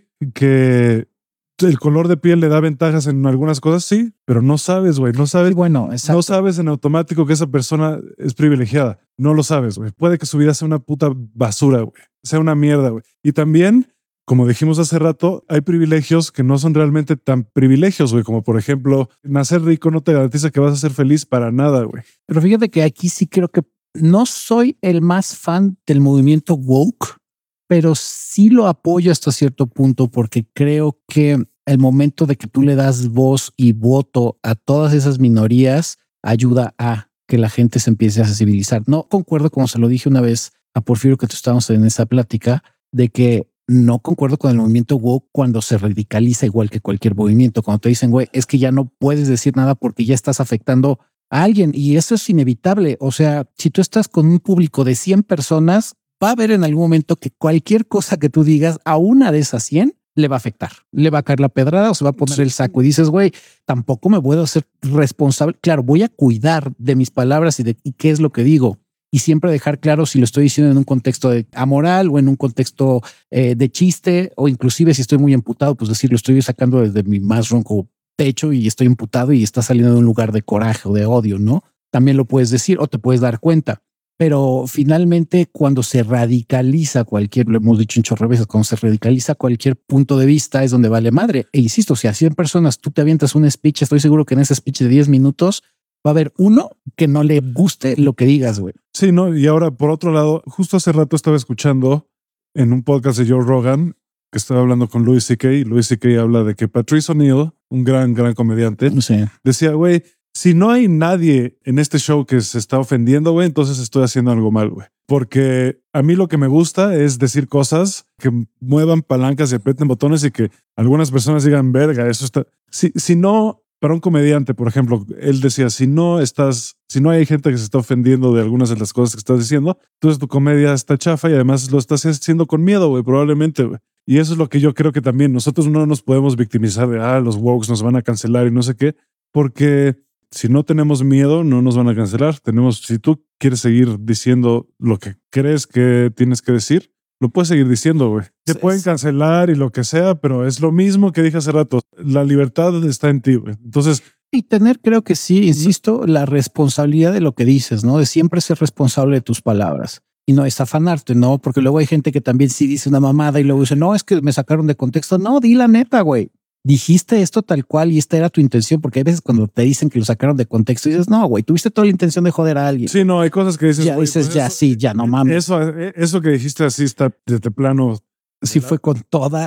que el color de piel le da ventajas en algunas cosas, sí, pero no sabes, güey, no sabes. Bueno, exacto. No sabes en automático que esa persona es privilegiada. No lo sabes, güey. Puede que su vida sea una puta basura, güey. Sea una mierda, güey. Y también, como dijimos hace rato, hay privilegios que no son realmente tan privilegios, güey. Como por ejemplo, nacer rico no te garantiza que vas a ser feliz para nada, güey. Pero fíjate que aquí sí creo que no soy el más fan del movimiento woke, pero sí lo apoyo hasta cierto punto porque creo que el momento de que tú le das voz y voto a todas esas minorías ayuda a que la gente se empiece a sensibilizar. No concuerdo, como se lo dije una vez a Porfirio, que tú estábamos en esa plática, de que no concuerdo con el movimiento woke cuando se radicaliza igual que cualquier movimiento. Cuando te dicen, güey, es que ya no puedes decir nada porque ya estás afectando a alguien y eso es inevitable. O sea, si tú estás con un público de 100 personas, va a haber en algún momento que cualquier cosa que tú digas a una de esas 100 le va a afectar, le va a caer la pedrada o se va a poner el saco y dices, güey, tampoco me puedo hacer responsable. Claro, voy a cuidar de mis palabras y qué es lo que digo y siempre dejar claro si lo estoy diciendo en un contexto de amoral o en un contexto de chiste o inclusive si estoy muy emputado, pues decir, lo estoy sacando desde mi más ronco pecho y estoy emputado y está saliendo de un lugar de coraje o de odio, ¿no? También lo puedes decir o te puedes dar cuenta. Pero finalmente cuando se radicaliza cualquier, lo hemos dicho en chorro veces, cuando se radicaliza cualquier punto de vista es donde vale madre. E insisto, si a 100 personas tú te avientas un speech, estoy seguro que en ese speech de 10 minutos va a haber uno que no le guste lo que digas, güey. Sí, ¿no? Y ahora, por otro lado, justo hace rato estaba escuchando en un podcast de Joe Rogan que estaba hablando con Louis C.K. Louis C.K. habla de que Patrice O'Neill, un gran comediante, decía, güey, si no hay nadie en este show que se está ofendiendo, güey, entonces estoy haciendo algo mal, güey. Porque a mí lo que me gusta es decir cosas que muevan palancas y aprieten botones y que algunas personas digan, verga, eso está... Si no, para un comediante, por ejemplo, él decía, si no hay gente que se está ofendiendo de algunas de las cosas que estás diciendo, entonces tu comedia está chafa y además lo estás haciendo con miedo, güey, probablemente, güey. Y eso es lo que yo creo que también nosotros no nos podemos victimizar de, los wokes nos van a cancelar y no sé qué, porque... Si no tenemos miedo, no nos van a cancelar. Si tú quieres seguir diciendo lo que crees que tienes que decir, lo puedes seguir diciendo, güey. Te pueden cancelar y lo que sea, pero es lo mismo que dije hace rato. La libertad está en ti, güey. Entonces... Y tener, creo que sí, insisto, la responsabilidad de lo que dices, ¿no? De siempre ser responsable de tus palabras. Y no es afanarte, ¿no? Porque luego hay gente que también sí dice una mamada y luego dice, no, es que me sacaron de contexto. No, di la neta, güey. Dijiste esto tal cual y esta era tu intención, porque hay veces cuando te dicen que lo sacaron de contexto y dices, no, güey, tuviste toda la intención de joder a alguien. Sí, no, hay cosas que dices, ya dices, pues ya, eso, sí, ya no mames. Eso que dijiste así está desde plano. Sí, fue con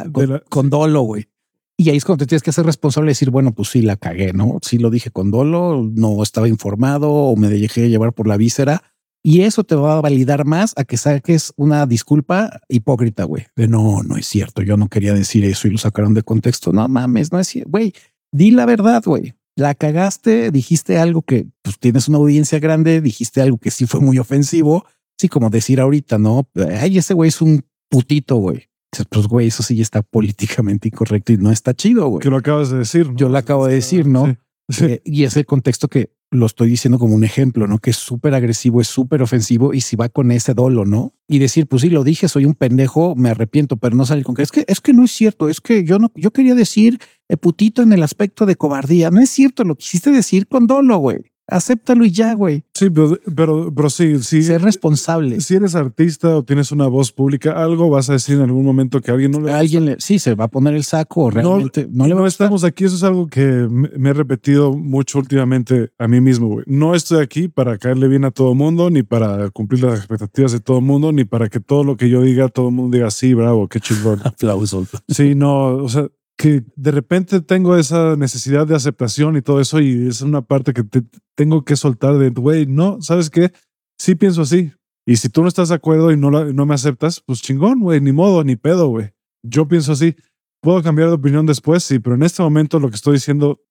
con dolo, güey. Y ahí es cuando te tienes que hacer responsable y decir, bueno, pues sí, la cagué, ¿no? Sí lo dije con dolo, no estaba informado o me dejé llevar por la víscera. Y eso te va a validar más a que saques una disculpa hipócrita, güey. De no es cierto. Yo no quería decir eso y lo sacaron de contexto. No mames, no es cierto. Güey, di la verdad, güey. La cagaste, dijiste algo que pues, tienes una audiencia grande, dijiste algo que sí fue muy ofensivo. Sí, como decir ahorita, ¿no? Ay, ese güey es un putito, güey. Pues, güey, eso sí está políticamente incorrecto y no está chido, güey. Que lo acabas de decir, ¿no? Yo lo acabo de decir, ¿no? Sí. Sí. Y es el contexto que lo estoy diciendo como un ejemplo, ¿no? Que es súper agresivo, es súper ofensivo y si va con ese dolo, ¿no? Y decir, pues sí, lo dije, soy un pendejo, me arrepiento, pero no salir con que es que no es cierto, es que yo quería decir putito en el aspecto de cobardía. No es cierto, lo quisiste decir con dolo, güey. acéptalo y ya, güey. Sí, pero sí. Ser responsable. Si eres artista o tienes una voz pública, algo vas a decir en algún momento que a alguien no le sí, se va a poner el saco o realmente no le va a gustar. Estamos aquí. Eso es algo que me he repetido mucho últimamente a mí mismo, güey. No estoy aquí para caerle bien a todo mundo, ni para cumplir las expectativas de todo mundo, ni para que todo lo que yo diga, todo el mundo diga, sí, bravo, qué chingón. Aplausos. Sí, no, o sea, que de repente tengo esa necesidad de aceptación y todo eso, y es una parte que tengo que soltar de, güey, no, ¿sabes qué? Sí pienso así. Y si tú no estás de acuerdo y no me aceptas, pues chingón, güey, ni modo, ni pedo, güey. Yo pienso así. Puedo cambiar de opinión después, sí, pero en este momento lo que estoy diciendo...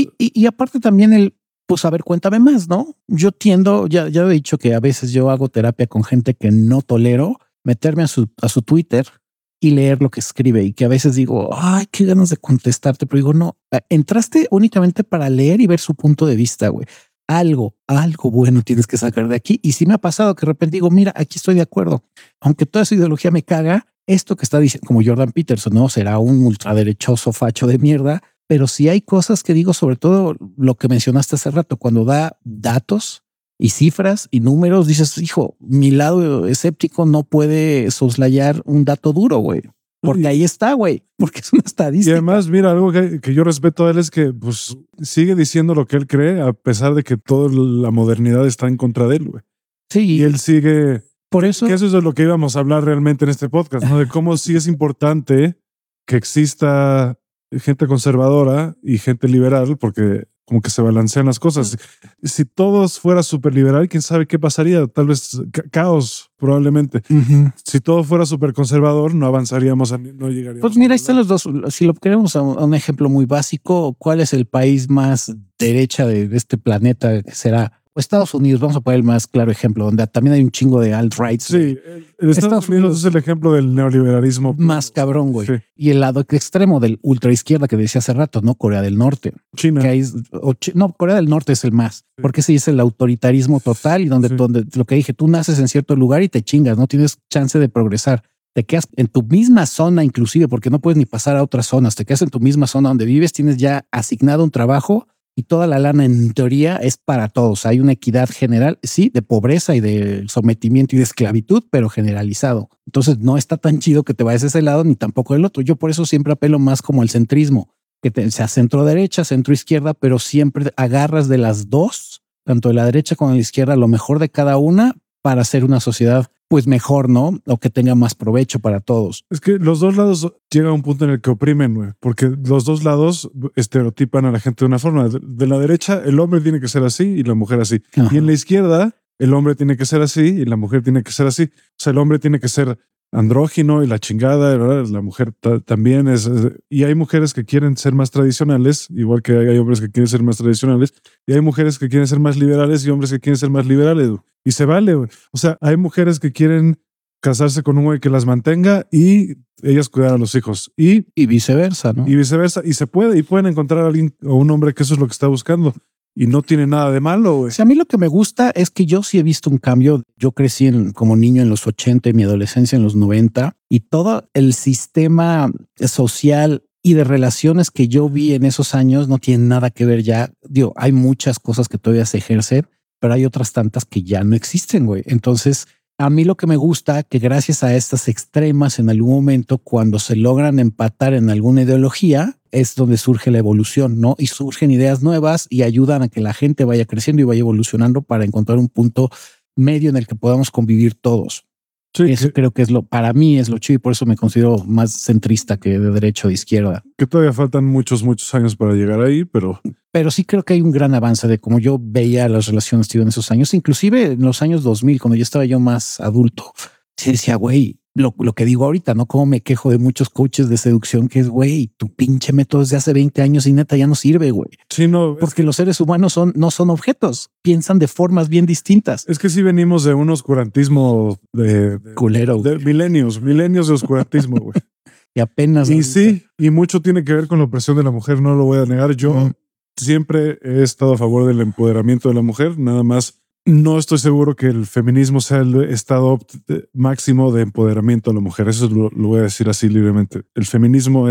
Y aparte también pues a ver, cuéntame más, ¿no? Yo tiendo, ya he dicho que a veces yo hago terapia con gente que no tolero, meterme a su Twitter y leer lo que escribe, y que a veces digo, ay, qué ganas de contestarte, pero digo, no, entraste únicamente para leer y ver su punto de vista, güey. Algo bueno tienes que sacar de aquí. Y sí me ha pasado que de repente digo, mira, aquí estoy de acuerdo. Aunque toda esa ideología me caga, esto que está diciendo, como Jordan Peterson, no será un ultraderechoso facho de mierda, pero sí hay cosas que digo, sobre todo lo que mencionaste hace rato, cuando da datos y cifras y números, dices, hijo, mi lado escéptico no puede soslayar un dato duro, güey. Porque ahí está, güey, porque es una estadística. Y además, mira, algo que yo respeto a él es que pues sigue diciendo lo que él cree, a pesar de que toda la modernidad está en contra de él, güey. Sí. Y él sigue... Por eso... Que eso es de lo que íbamos a hablar realmente en este podcast, ¿no? De cómo sí es importante que exista gente conservadora y gente liberal, porque como que se balancean las cosas. Si todos fuera súper liberal, quién sabe qué pasaría. Tal vez caos, probablemente. Si todo fuera súper conservador, no avanzaríamos, no llegaríamos. Pues mira, ahí están los dos. Si lo queremos a un ejemplo muy básico, ¿cuál es el país más derecha de este planeta? ¿Será Estados Unidos? Vamos a poner el más claro ejemplo, donde también hay un chingo de alt-right. Sí, Estados Unidos es el ejemplo del neoliberalismo más cabrón, güey. Sí. Y el lado extremo del ultra izquierda que decía hace rato, ¿no? Corea del Norte. China. No, Corea del Norte es el más, porque ese es el autoritarismo total y donde lo que dije, tú naces en cierto lugar y te chingas, no tienes chance de progresar. Te quedas en tu misma zona, inclusive, porque no puedes ni pasar a otras zonas. Te quedas en tu misma zona donde vives, tienes ya asignado un trabajo y toda la lana en teoría es para todos. Hay una equidad general, sí, de pobreza y de sometimiento y de esclavitud, pero generalizado. Entonces no está tan chido que te vayas a ese lado ni tampoco del otro. Yo por eso siempre apelo más como el centrismo, que sea centro derecha, centro izquierda, pero siempre agarras de las dos, tanto de la derecha como de la izquierda, lo mejor de cada una para hacer una sociedad pues mejor, ¿no? O que tenga más provecho para todos. Es que los dos lados llega a un punto en el que oprimen, güey, porque los dos lados estereotipan a la gente de una forma. De la derecha, el hombre tiene que ser así y la mujer así. Ajá. Y en la izquierda, el hombre tiene que ser así y la mujer tiene que ser así. O sea, el hombre tiene que ser andrógino y la chingada, ¿verdad? La mujer también es... Y hay mujeres que quieren ser más tradicionales, igual que hay hombres que quieren ser más tradicionales, y hay mujeres que quieren ser más liberales y hombres que quieren ser más liberales, güey. Y se vale, güey. O sea, hay mujeres que quieren casarse con un güey que las mantenga y ellas cuidar a los hijos. Y viceversa, ¿no? Y viceversa. Y se puede, y pueden encontrar a alguien o un hombre que eso es lo que está buscando. Y no tiene nada de malo, güey. O sea, a mí lo que me gusta es que yo sí he visto un cambio. Yo crecí como niño en los 80 y mi adolescencia en los 90, y todo el sistema social y de relaciones que yo vi en esos años no tiene nada que ver ya. Digo, hay muchas cosas que todavía se ejercen, pero hay otras tantas que ya no existen, güey. Entonces, a mí lo que me gusta que gracias a estas extremas en algún momento, cuando se logran empatar en alguna ideología, es donde surge la evolución, ¿no? Y surgen ideas nuevas y ayudan a que la gente vaya creciendo y vaya evolucionando para encontrar un punto medio en el que podamos convivir todos. Sí, eso creo que es para mí es lo chido, y por eso me considero más centrista que de derecha o de izquierda. Que todavía faltan muchos años para llegar ahí, pero sí creo que hay un gran avance de cómo yo veía las relaciones, tío, en esos años, inclusive en los años 2000, cuando ya estaba yo más adulto. Sí decía, güey, lo que digo ahorita, ¿no? Como me quejo de muchos coaches de seducción, que es, güey, tu pinche método desde hace 20 años y neta ya no sirve, güey. Sí, no. Porque los seres humanos no son objetos, piensan de formas bien distintas. Es que sí venimos de un oscurantismo culero. De milenios de oscurantismo, güey. Y apenas. Y sí, y mucho tiene que ver con la opresión de la mujer, no lo voy a negar. Yo siempre he estado a favor del empoderamiento de la mujer, nada más. No estoy seguro que el feminismo sea el estado máximo de empoderamiento de la mujer. Eso lo voy a decir así libremente. El feminismo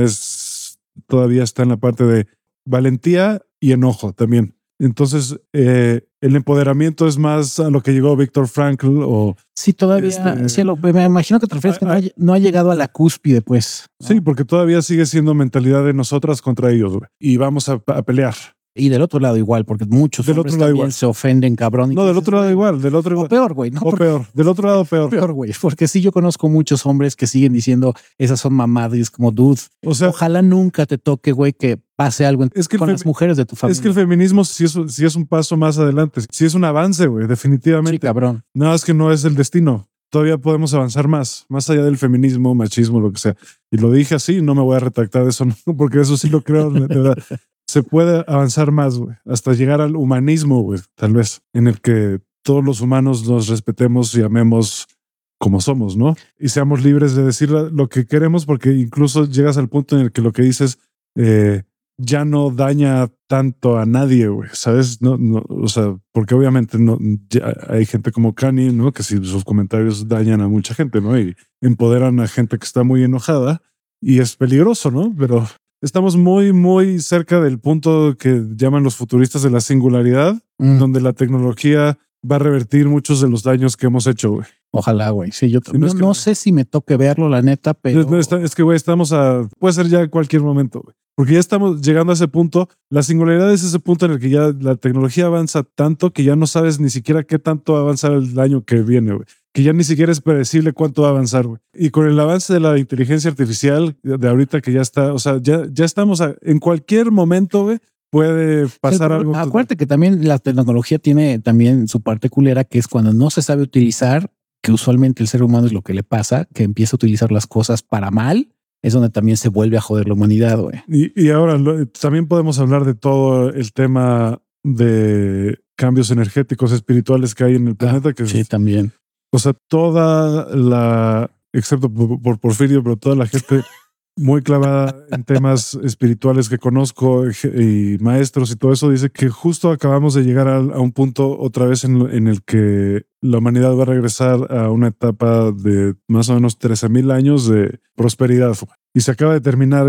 todavía está en la parte de valentía y enojo también. Entonces, el empoderamiento es más a lo que llegó Viktor Frankl o... Sí, todavía, me imagino que te refieres que no ha llegado a la cúspide, pues. ¿no? Sí, porque todavía sigue siendo mentalidad de nosotras contra ellos, güey. Y vamos a pelear. Y del otro lado igual, porque muchos del hombres otro lado también igual. se ofenden, cabrón. No, del otro lado igual, del otro igual. O peor, güey. No, o peor, del otro lado peor. Peor, güey. Porque sí, yo conozco muchos hombres que siguen diciendo esas son mamadas y es como, dude, o sea, ojalá nunca te toque, güey, que pase algo con las mujeres de tu familia. Es que el feminismo sí es un paso más adelante, sí es un avance, güey, definitivamente. Sí, cabrón. Nada, es que no es el destino. Todavía podemos avanzar más allá del feminismo, machismo, lo que sea. Y lo dije así, no me voy a retractar de eso, no, porque eso sí lo creo, de verdad. Se puede avanzar más, güey, hasta llegar al humanismo, güey, tal vez, en el que todos los humanos nos respetemos y amemos como somos, ¿no? Y seamos libres de decir lo que queremos, porque incluso llegas al punto en el que lo que dices ya no daña tanto a nadie, güey, ¿sabes? No, o sea, porque obviamente no hay gente como Kanye, ¿no? Que si sus comentarios dañan a mucha gente, ¿no? Y empoderan a gente que está muy enojada y es peligroso, ¿no? Pero estamos muy, muy cerca del punto que llaman los futuristas de la singularidad, donde la tecnología va a revertir muchos de los daños que hemos hecho, güey. Ojalá, güey. Sí, yo no sé si me toque verlo, la neta, pero... Es que, güey, puede ser ya en cualquier momento, güey. Porque ya estamos llegando a ese punto. La singularidad es ese punto en el que ya la tecnología avanza tanto que ya no sabes ni siquiera qué tanto va a avanzar el año que viene, güey. Que ya ni siquiera es predecible cuánto va a avanzar, güey. Y con el avance de la inteligencia artificial de ahorita que ya está, o sea, ya estamos en cualquier momento, güey, puede pasar algo. Acuérdate que también la tecnología tiene también su parte culera, que es cuando no se sabe utilizar, que usualmente el ser humano es lo que le pasa, que empieza a utilizar las cosas para mal, es donde también se vuelve a joder la humanidad, güey. Y ahora también podemos hablar de todo el tema de cambios energéticos espirituales que hay en el planeta. Que sí, también. O sea, excepto por Porfirio, pero toda la gente muy clavada en temas espirituales que conozco y maestros y todo eso, dice que justo acabamos de llegar a un punto otra vez en el que la humanidad va a regresar a una etapa de más o menos 13,000 años de prosperidad. Y se acaba de terminar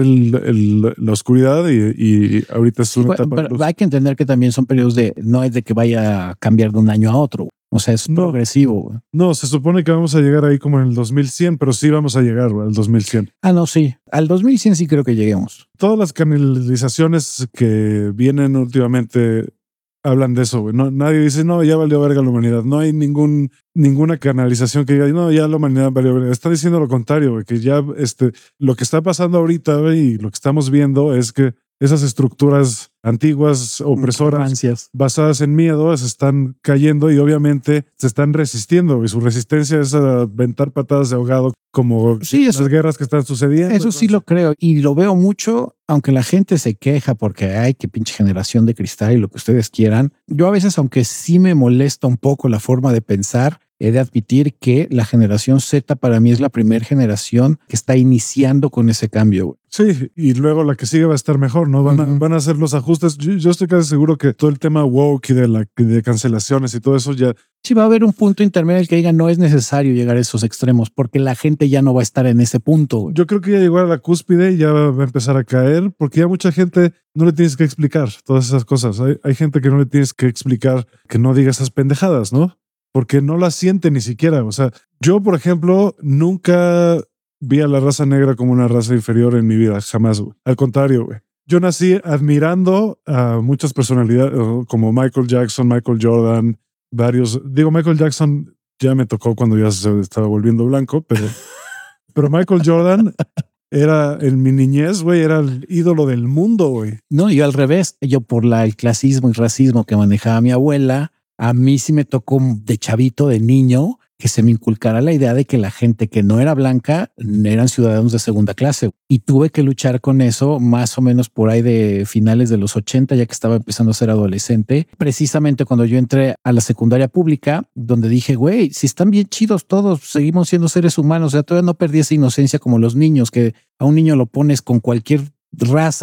la oscuridad y ahorita es una etapa. Pero hay que entender que también son periodos no es de que vaya a cambiar de un año a otro. O sea, es progresivo. No, se supone que vamos a llegar ahí como en el 2100, pero sí vamos a llegar al 2100. Ah, no, sí. Al 2100 sí creo que lleguemos. Todas las canalizaciones que vienen últimamente hablan de eso, güey. No, nadie dice, no, ya valió verga la humanidad. No hay ninguna canalización que diga, no, ya la humanidad valió verga. Está diciendo lo contrario, güey, que ya lo que está pasando ahorita, güey, y lo que estamos viendo es que esas estructuras antiguas, opresoras, basadas en miedo, se están cayendo y obviamente se están resistiendo. Y su resistencia es a aventar patadas de ahogado como las guerras que están sucediendo. Eso sí lo creo y lo veo mucho, aunque la gente se queja porque hay que pinche generación de cristal y lo que ustedes quieran. Yo a veces, aunque sí me molesta un poco la forma de pensar, he de admitir que la generación Z para mí es la primera generación que está iniciando con ese cambio, güey. Sí, y luego la que sigue va a estar mejor, ¿no? Van a hacer los ajustes. Yo estoy casi seguro que todo el tema woke y de cancelaciones y todo eso ya... Sí, va a haber un punto intermedio en el que diga no es necesario llegar a esos extremos porque la gente ya no va a estar en ese punto, güey. Yo creo que ya llegó a la cúspide y ya va a empezar a caer porque ya mucha gente no le tienes que explicar todas esas cosas. Hay gente que no le tienes que explicar que no diga esas pendejadas, ¿no? Porque no la siente ni siquiera. O sea, yo, por ejemplo, nunca vi a la raza negra como una raza inferior en mi vida, jamás, güey. Al contrario, güey. Yo nací admirando a muchas personalidades como Michael Jackson, Michael Jordan, Michael Jackson ya me tocó cuando ya se estaba volviendo blanco, pero Michael Jordan era en mi niñez, güey, era el ídolo del mundo, güey. No, yo al revés. Yo por el clasismo y racismo que manejaba mi abuela, a mí sí me tocó de chavito, de niño, que se me inculcara la idea de que la gente que no era blanca eran ciudadanos de segunda clase. Y tuve que luchar con eso más o menos por ahí de finales de los 80, ya que estaba empezando a ser adolescente. Precisamente cuando yo entré a la secundaria pública, donde dije, güey, si están bien chidos todos, seguimos siendo seres humanos. O sea, todavía no perdí esa inocencia como los niños, que a un niño lo pones con cualquier raza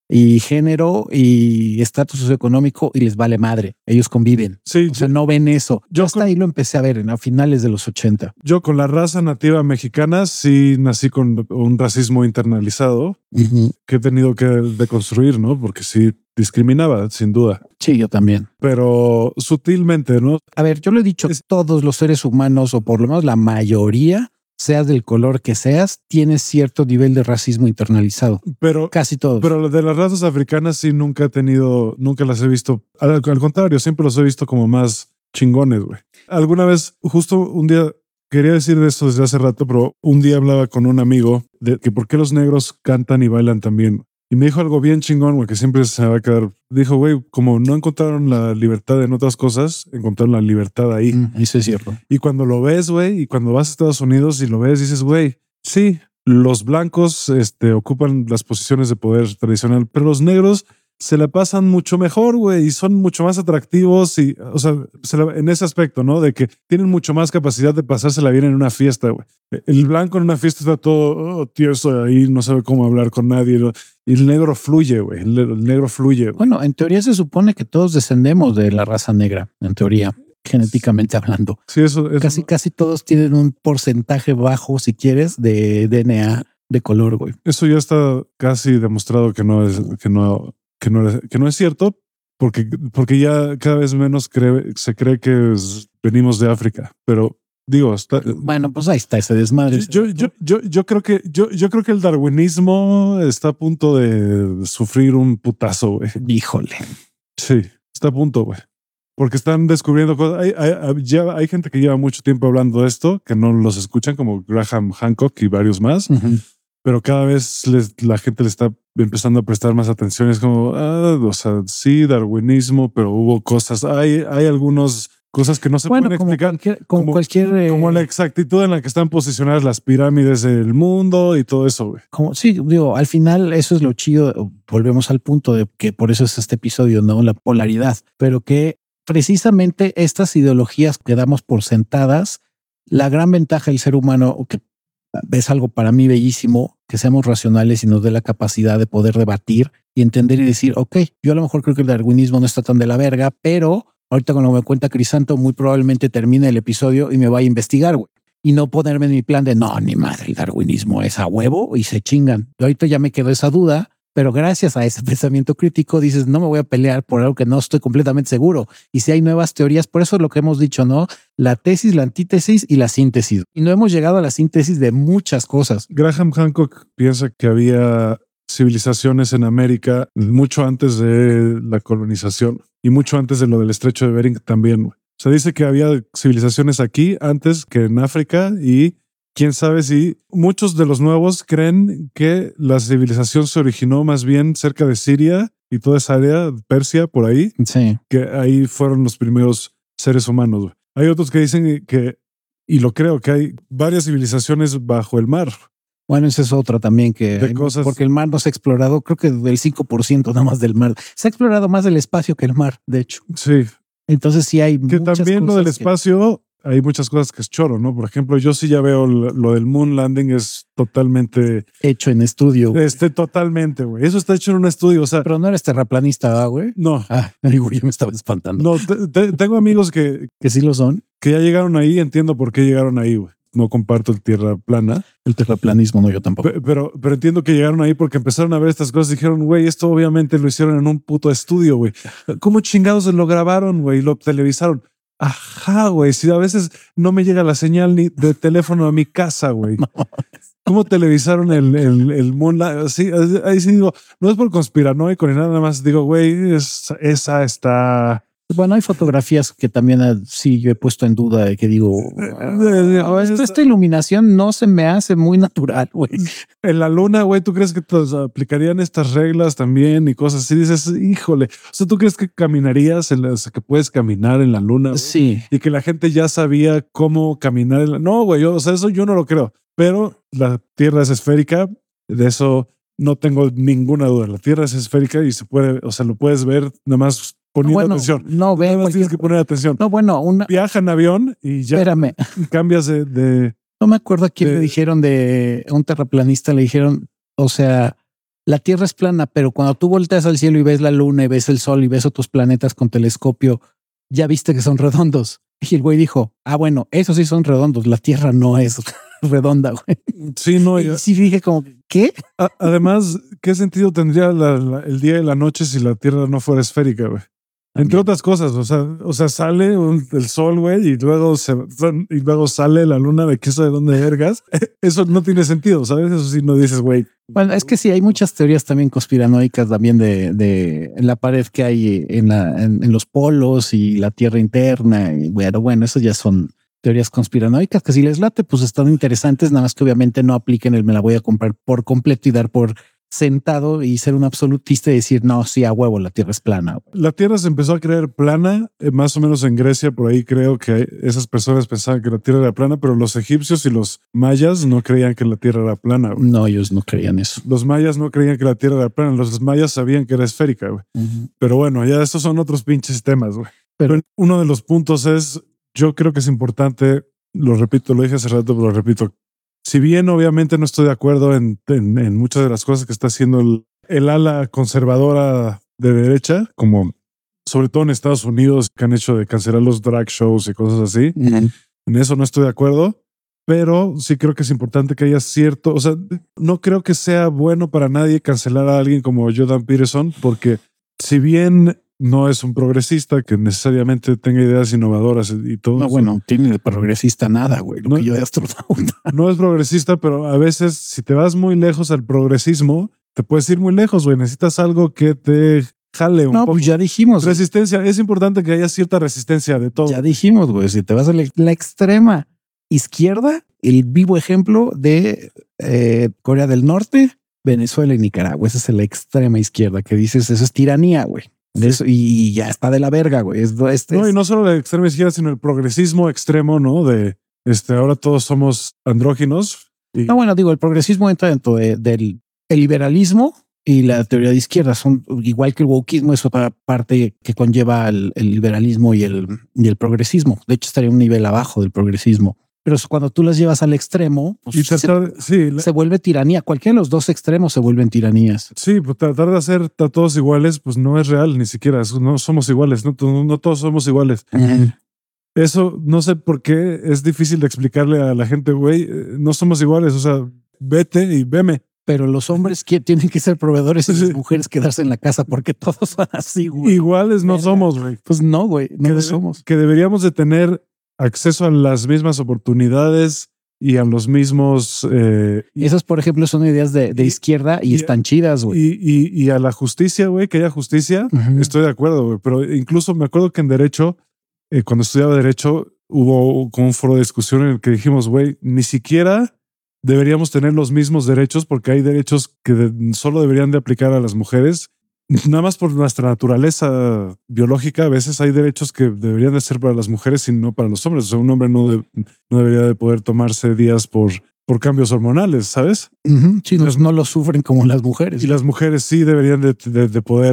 y género y estatus socioeconómico y les vale madre. Ellos conviven. Sí, o sea, no ven eso. Yo hasta ahí lo empecé a ver a finales de los 80. Yo con la raza nativa mexicana sí nací con un racismo internalizado que he tenido que deconstruir, ¿no? Porque sí discriminaba, sin duda. Sí, yo también. Pero sutilmente, ¿no? A ver, yo lo he dicho, todos los seres humanos, o por lo menos la mayoría, seas del color que seas, tienes cierto nivel de racismo internalizado. Pero casi todos. Pero de las razas africanas sí nunca he tenido, nunca las he visto. Al contrario, siempre los he visto como más chingones, güey. Alguna vez, justo un día, quería decir de esto desde hace rato, pero un día hablaba con un amigo de que por qué los negros cantan y bailan también. Y me dijo algo bien chingón, güey, que siempre se me va a quedar. Dijo, güey, como no encontraron la libertad en otras cosas, encontraron la libertad ahí. Eso es cierto. Y cuando lo ves, güey, y cuando vas a Estados Unidos y lo ves, dices, güey, sí, los blancos ocupan las posiciones de poder tradicional, pero los negros se la pasan mucho mejor, güey, y son mucho más atractivos y, o sea, en ese aspecto, ¿no? De que tienen mucho más capacidad de pasársela bien en una fiesta, güey. El blanco en una fiesta está todo tieso ahí, no sabe cómo hablar con nadie, ¿no? Y el negro fluye, güey. El negro fluye. Güey. Bueno, en teoría se supone que todos descendemos de la raza negra, en teoría, genéticamente hablando. Sí, eso. Casi todos tienen un porcentaje bajo, si quieres, de DNA de color, güey. Eso ya está casi demostrado que no es cierto, porque ya cada vez menos se cree que venimos de África, pero digo, bueno, pues ahí está ese desmadre. Yo creo que el darwinismo está a punto de sufrir un putazo, güey. Híjole. Sí, está a punto, güey. Porque están descubriendo cosas. Hay gente que lleva mucho tiempo hablando de esto, que no los escuchan, como Graham Hancock y varios más. Pero cada vez la gente le está empezando a prestar más atención. Es como, o sea, sí, darwinismo, pero hubo cosas. Hay algunas cosas que no se pueden explicar. Como la exactitud en la que están posicionadas las pirámides del mundo y todo eso, güey. Sí, digo, al final eso es lo chido. Volvemos al punto de que por eso es este episodio, ¿no? La polaridad. Pero que precisamente estas ideologías que damos por sentadas, la gran ventaja del ser humano, que es algo para mí bellísimo, que seamos racionales y nos dé la capacidad de poder debatir y entender y decir, ok, yo a lo mejor creo que el darwinismo no está tan de la verga, pero ahorita cuando me cuenta Crisanto, muy probablemente termine el episodio y me vaya a investigar, güey. Y no ponerme en mi plan de, no, ni madre, el darwinismo es a huevo y se chingan. Yo ahorita ya me quedó esa duda, pero gracias a ese pensamiento crítico dices, no me voy a pelear por algo que no estoy completamente seguro. Y si hay nuevas teorías, por eso es lo que hemos dicho, ¿no? La tesis, la antítesis y la síntesis. Y no hemos llegado a la síntesis de muchas cosas. Graham Hancock piensa que había civilizaciones en América mucho antes de la colonización y mucho antes de lo del Estrecho de Bering también. O sea, dice que había civilizaciones aquí antes que en África y quién sabe si muchos de los nuevos creen que la civilización se originó más bien cerca de Siria y toda esa área, Persia, por ahí. Sí. Que ahí fueron los primeros seres humanos. Hay otros que dicen que, y lo creo, que hay varias civilizaciones bajo el mar. Bueno, esa es otra también porque el mar no se ha explorado, creo que del 5% nada más del mar. Se ha explorado más el espacio que el mar, de hecho. Sí. Entonces sí hay que muchas también cosas lo del espacio, hay muchas cosas que es choro, ¿no? Por ejemplo, yo sí ya veo lo del moon landing es totalmente hecho en estudio. Totalmente, güey. Eso está hecho en un estudio, o sea. Pero no eres terraplanista, güey. No. Yo me estaba espantando. No, tengo amigos que sí lo son. Que ya llegaron ahí, entiendo por qué llegaron ahí, güey. No comparto el tierra plana. El terraplanismo, no, yo tampoco. Pero entiendo que llegaron ahí porque empezaron a ver estas cosas y dijeron, güey, esto obviamente lo hicieron en un puto estudio, güey. ¿Cómo chingados lo grabaron, güey? Lo televisaron. Ajá, güey. Si a veces no me llega la señal ni de teléfono a mi casa, güey. No. ¿Cómo televisaron el Moonlight? Sí, ahí sí digo, no es por conspiranoico ni nada más. Digo, güey, esa está... Bueno, hay fotografías que también sí yo he puesto en duda de que digo, esta iluminación no se me hace muy natural, güey. En la luna, güey, ¿tú crees que aplicarían estas reglas también y cosas así? Dices, híjole, o sea, ¿tú crees que caminarías que puedes caminar en la luna? Wey? Sí. Y que la gente ya sabía cómo caminar en la... No, güey, o sea, eso yo no lo creo. Pero la Tierra es esférica, de eso no tengo ninguna duda. La Tierra es esférica y se puede, o sea, lo puedes ver nada más poniendo atención. No, tienes que poner atención. No, bueno, viaja en avión y ya. Espérame. Cambias de... No me acuerdo a quién le dijeron de un terraplanista, le dijeron, o sea, la Tierra es plana, pero cuando tú volteas al cielo y ves la luna y ves el sol y ves otros planetas con telescopio, ya viste que son redondos. Y el güey dijo, bueno, esos sí son redondos, la Tierra no es redonda, güey. Sí, no. Y sí dije como, ¿qué? Además, ¿qué sentido tendría el día y la noche si la Tierra no fuera esférica, güey? Entre otras cosas, o sea, sale el sol, güey, y luego sale la luna de quién sabe dónde vergas. Eso no tiene sentido, ¿sabes? Eso sí no dices, güey. Bueno, es que sí, hay muchas teorías también conspiranoicas también de la pared que hay en los polos y la Tierra interna. Y bueno, eso ya son teorías conspiranoicas que si les late, pues están interesantes, nada más que obviamente no apliquen el me la voy a comprar por completo y dar por sentado y ser un absolutista y decir, no, sí, a huevo, la Tierra es plana. La Tierra se empezó a creer plana, más o menos en Grecia, por ahí creo que esas personas pensaban que la Tierra era plana, pero los egipcios y los mayas no creían que la Tierra era plana, güey. No, ellos no creían eso. Los mayas no creían que la Tierra era plana, los mayas sabían que era esférica, güey. Pero bueno, ya estos son otros pinches temas, güey. Pero uno de los puntos es, yo creo que es importante, lo repito, lo dije hace rato, pero lo repito, si bien obviamente no estoy de acuerdo en muchas de las cosas que está haciendo el ala conservadora de derecha, como sobre todo en Estados Unidos, que han hecho de cancelar los drag shows y cosas así, en eso no estoy de acuerdo, pero sí creo que es importante que haya cierto, o sea, no creo que sea bueno para nadie cancelar a alguien como Jordan Peterson, porque si bien no es un progresista que necesariamente tenga ideas innovadoras y todo. No, bueno, tiene de progresista nada, güey. Lo que yo de astronauta. No es progresista, pero a veces si te vas muy lejos al progresismo, te puedes ir muy lejos, güey. Necesitas algo que te jale un poco. No, pues ya dijimos. Resistencia. Es importante que haya cierta resistencia de todo. Ya dijimos, güey. Si te vas a la extrema izquierda, el vivo ejemplo de Corea del Norte, Venezuela y Nicaragua. Esa es la extrema izquierda que dices, eso es tiranía, güey. De eso, y ya está de la verga, güey. No, y no solo la extrema izquierda, sino el progresismo extremo, ¿no? De ahora todos somos andróginos. No, bueno, digo, el progresismo entra dentro del liberalismo y la teoría de izquierda. Son igual que el wokismo, es otra parte que conlleva el liberalismo y el progresismo. De hecho, estaría un nivel abajo del progresismo. Pero cuando tú las llevas al extremo, pues y se vuelve tiranía. Cualquiera de los dos extremos se vuelven tiranías. Sí, pues tratar de hacer a todos iguales, pues no es real ni siquiera. No somos iguales, no todos somos iguales. Eso no sé por qué es difícil de explicarle a la gente, güey, no somos iguales, o sea, vete y veme. Pero los hombres tienen que ser proveedores y las mujeres quedarse en la casa porque todos son así, güey. Iguales no somos, güey. Pues no, güey, no lo somos. Que deberíamos de tener acceso a las mismas oportunidades y a los mismos... Esas, por ejemplo, son ideas de izquierda y están chidas, güey. Y a la justicia, güey, que haya justicia, estoy de acuerdo, güey. Pero incluso me acuerdo que en Derecho, cuando estudiaba Derecho, hubo como un foro de discusión en el que dijimos, güey, ni siquiera deberíamos tener los mismos derechos porque hay derechos que solo deberían de aplicar a las mujeres. Nada más por nuestra naturaleza biológica, a veces hay derechos que deberían de ser para las mujeres y no para los hombres. O sea, un hombre no debería de poder tomarse días por cambios hormonales, ¿sabes? Sí, no lo sufren como las mujeres. Y las mujeres sí deberían de poder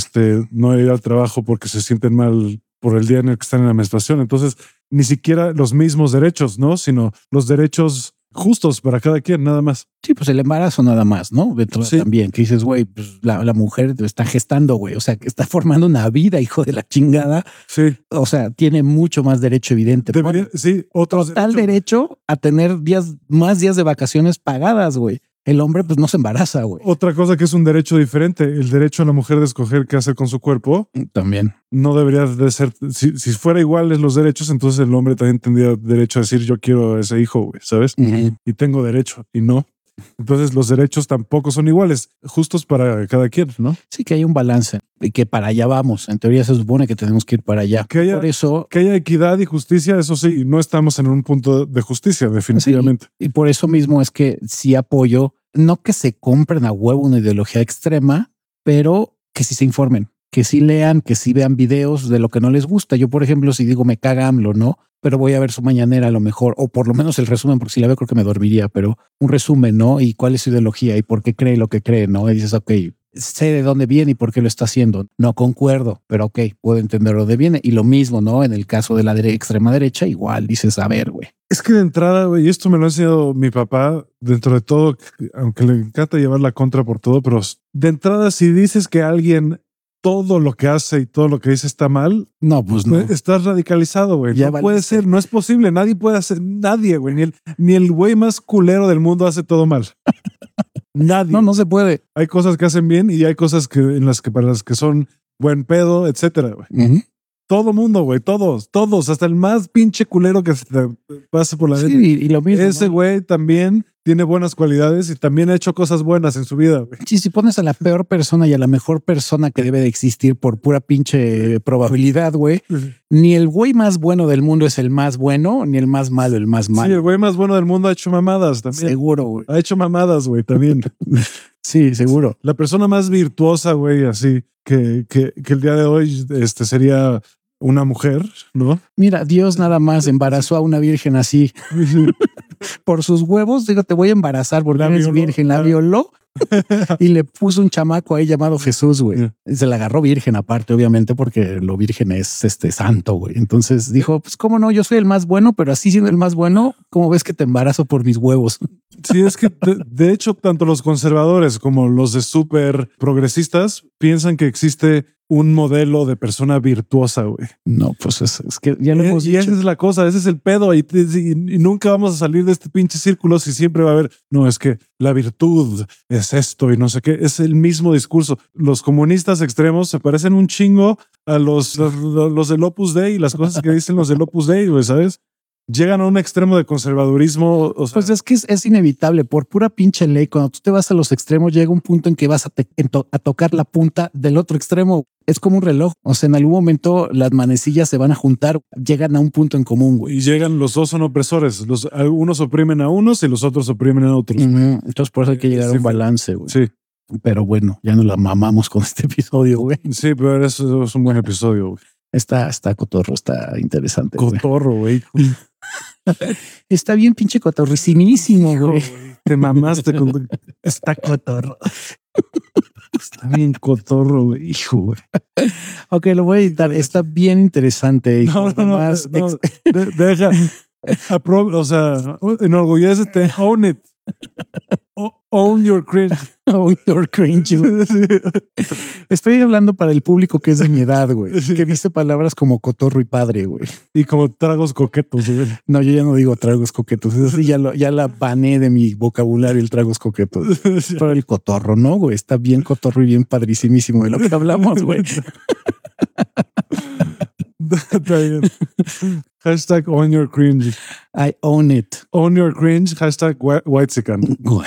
no ir al trabajo porque se sienten mal por el día en el que están en la menstruación. Entonces, ni siquiera los mismos derechos, ¿no? Sino los derechos justos para cada quien, nada más. Sí, pues el embarazo nada más, ¿no? Sí. También, que dices, güey, pues la mujer está gestando, güey, o sea, que está formando una vida, hijo de la chingada. Sí. O sea, tiene mucho más derecho evidente. Sí, total derecho a tener más días de vacaciones pagadas, güey. El hombre pues no se embaraza, güey. Otra cosa que es un derecho diferente, el derecho a la mujer de escoger qué hacer con su cuerpo. También. No debería de ser, si fuera iguales los derechos, entonces el hombre también tendría derecho a decir yo quiero a ese hijo, güey, ¿sabes? Y tengo derecho y no. Entonces los derechos tampoco son iguales, justos para cada quien, ¿no? Sí, que hay un balance y que para allá vamos. En teoría se supone que tenemos que ir para allá. Que haya equidad y justicia, eso sí, no estamos en un punto de justicia, definitivamente. Sí, y por eso mismo es que sí apoyo, no que se compren a huevo una ideología extrema, pero que sí se informen, que sí lean, que sí vean videos de lo que no les gusta. Yo, por ejemplo, si digo me caga AMLO, ¿no? Pero voy a ver su mañanera a lo mejor, o por lo menos el resumen, porque si la veo creo que me dormiría, pero un resumen, ¿no? Y cuál es su ideología y por qué cree lo que cree, ¿no? Y dices, ok, sé de dónde viene y por qué lo está haciendo. No concuerdo, pero ok, puedo entender de dónde viene. Y lo mismo, ¿no? En el caso de la extrema derecha, igual dices, a ver, güey, Es que de entrada, güey, y esto me lo ha enseñado mi papá, dentro de todo, aunque le encanta llevar la contra por todo, pero de entrada, si dices que alguien todo lo que hace y todo lo que dice está mal, no, pues no. Estás radicalizado, güey. No puede ser, no es posible. Nadie puede hacer, nadie, güey. Ni el güey más culero del mundo hace todo mal. Nadie. No se puede. Hay cosas que hacen bien y hay cosas en las que para las que son buen pedo, etcétera, güey. Uh-huh. Todo mundo, güey, todos, hasta el más pinche culero que se te pase por la mente. Sí, y lo mismo. Ese güey también tiene buenas cualidades y también ha hecho cosas buenas en su vida, güey. Sí, si pones a la peor persona y a la mejor persona que debe de existir por pura pinche probabilidad, güey, ni el güey más bueno del mundo es el más bueno, ni el más malo el más malo. Sí, el güey más bueno del mundo ha hecho mamadas también. Seguro, güey. Ha hecho mamadas, güey, también. Sí, seguro. La persona más virtuosa, güey, así que el día de hoy sería una mujer, ¿no? Mira, Dios nada más embarazó a una virgen así por sus huevos. Digo, te voy a embarazar porque eres virgen. La violó y le puso un chamaco ahí llamado Jesús, güey. Se la agarró virgen aparte, obviamente, porque lo virgen es santo, güey. Entonces dijo, pues cómo no, yo soy el más bueno, pero así siendo el más bueno, ¿cómo ves que te embarazo por mis huevos? Sí, es que de hecho, tanto los conservadores como los de súper progresistas piensan que existe un modelo de persona virtuosa, güey. No, pues es que ya lo hemos dicho. Y esa es la cosa, ese es el pedo y nunca vamos a salir de este pinche círculo si siempre va a haber, no, es que la virtud es esto y no sé qué, es el mismo discurso. Los comunistas extremos se parecen un chingo a los del Opus Dei y las cosas que dicen los del Opus Dei, güey, ¿sabes? Llegan a un extremo de conservadurismo. O sea, pues es que es inevitable por pura pinche ley. Cuando tú te vas a los extremos, llega un punto en que vas a tocar la punta del otro extremo. Es como un reloj. O sea, en algún momento las manecillas se van a juntar, llegan a un punto en común, güey. Y llegan, los dos son opresores. Unos oprimen a unos y los otros oprimen a otros. Uh-huh. Entonces, por eso hay que llegar a un balance, güey. Sí. Pero bueno, ya nos la mamamos con este episodio, güey. Sí, pero eso es un buen episodio, güey. Está cotorro, está interesante. Cotorro, güey. Está bien pinche cotorricimísimo, güey. Te mamaste con... Está cotorro. Está bien cotorro, güey. Hijo, güey. Ok, lo voy a editar. Está bien interesante. No, deja. O sea, enorgullécete. Own it. Own your cringe. Own your cringe. Estoy hablando para el público que es de mi edad, güey. Que dice palabras como cotorro y padre, güey. Y como tragos coquetos, güey. No, yo ya no digo tragos coquetos. Eso sí, ya la bané de mi vocabulario el tragos coquetos. Pero el cotorro, ¿no, güey? Está bien cotorro y bien padricimísimo de lo que hablamos, güey. Está bien. Hashtag own your cringe. I own it. Own your cringe. Hashtag whitezican.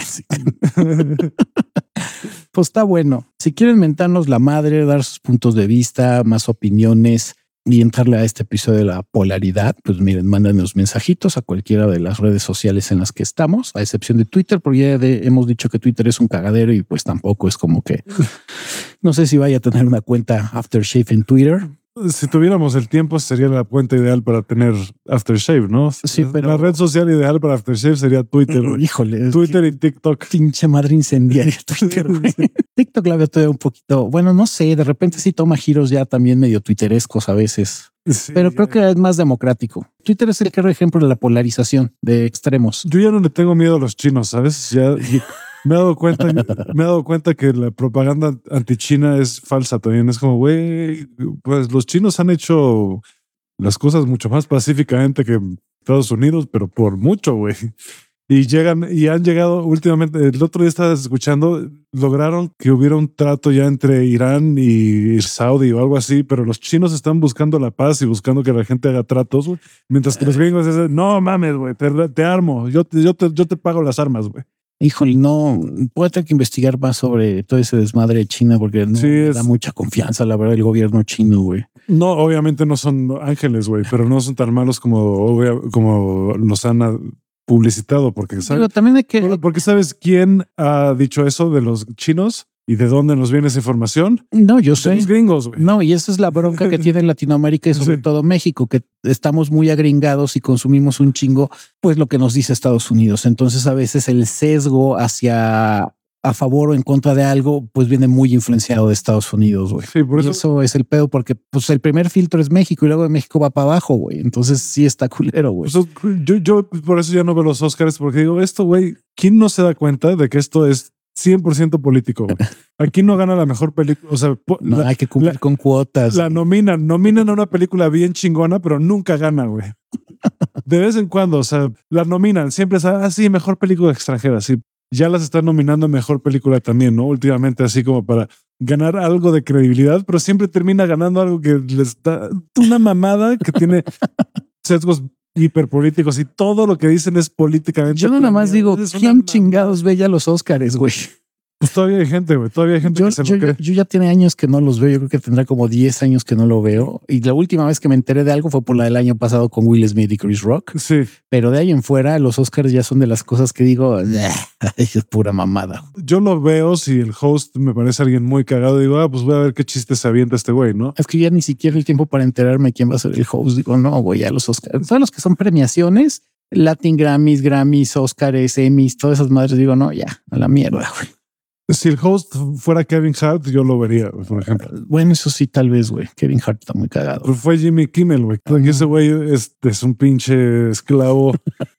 Pues está bueno. Si quieren mentarnos la madre, dar sus puntos de vista, más opiniones y entrarle a este episodio de la polaridad, pues miren, mándanos mensajitos a cualquiera de las redes sociales en las que estamos, a excepción de Twitter, porque ya hemos dicho que Twitter es un cagadero y pues tampoco es como que no sé si vaya a tener una cuenta Aftershave en Twitter. Si tuviéramos el tiempo, sería la cuenta ideal para tener Aftershave, ¿no? Sí, pero la red social ideal para Aftershave sería Twitter. Híjole, Twitter y TikTok. Pinche madre incendiaria Twitter. TikTok la veo todavía un poquito. Bueno, no sé, de repente sí toma giros ya también medio twitterescos a veces. Sí, pero creo que es más democrático. Twitter es el claro ejemplo de la polarización de extremos. Yo ya no le tengo miedo a los chinos, ¿sabes? Ya me he dado cuenta que la propaganda anti-China es falsa también. Es como, güey, pues los chinos han hecho las cosas mucho más pacíficamente que Estados Unidos, pero por mucho, güey. Y han llegado últimamente, el otro día estaba escuchando, lograron que hubiera un trato ya entre Irán y Saudi o algo así, pero los chinos están buscando la paz y buscando que la gente haga tratos, güey. Mientras que los gringos dicen, no mames, güey, te armo, yo te pago las armas, güey. Híjole, no, puedo tener que investigar más sobre todo ese desmadre de China porque no da mucha confianza, la verdad, el gobierno chino, güey. No, obviamente no son ángeles, güey, pero no son tan malos como los han publicitado, porque ¿sabes? También hay que... Porque ¿sabes quién ha dicho eso de los chinos? ¿Y de dónde nos viene esa información? No, yo sé. Los gringos, güey. No, y esa es la bronca que tiene Latinoamérica y sobre todo México, que estamos muy agringados y consumimos un chingo, pues lo que nos dice Estados Unidos. Entonces a veces el sesgo hacia a favor o en contra de algo, pues viene muy influenciado de Estados Unidos, güey. Sí, por Y eso es el pedo, porque pues el primer filtro es México y luego de México va para abajo, güey. Entonces sí está culero, güey. Yo por eso ya no veo los Oscars, porque digo, esto, güey, ¿quién no se da cuenta de que esto es 100% político, güey? Aquí no gana la mejor película, o sea, No, hay que cumplir con cuotas. La nominan a una película bien chingona, pero nunca gana, güey. De vez en cuando, o sea, la nominan, siempre es así, mejor película extranjera, sí. Ya las están nominando a mejor película también, ¿no? Últimamente, así como para ganar algo de credibilidad, pero siempre termina ganando algo que les da una mamada que tiene sesgos hiperpolíticos y todo lo que dicen es políticamente. Yo nada más digo, ¿quién chingados ve ya los Óscares, güey? Pues todavía hay gente, güey. Todavía hay gente que se lo cree. Yo ya tiene años que no los veo. Yo creo que tendrá como 10 años que no lo veo. Y la última vez que me enteré de algo fue por la del año pasado con Will Smith y Chris Rock. Sí. Pero de ahí en fuera, los Oscars ya son de las cosas que digo, es pura mamada. Yo lo veo si el host me parece alguien muy cagado. Digo, pues voy a ver qué chiste se avienta este güey, ¿no? Es que ya ni siquiera el tiempo para enterarme quién va a ser el host. Digo, no, güey, a los Oscars. Todos los que son premiaciones, Latin Grammys, Oscars, Emmys, todas esas madres, digo, no, ya, a la mierda, güey. Si el host fuera Kevin Hart, yo lo vería, por ejemplo. Bueno, eso sí, tal vez, güey. Kevin Hart está muy cagado. Pues fue Jimmy Kimmel, güey. Ese güey es un pinche esclavo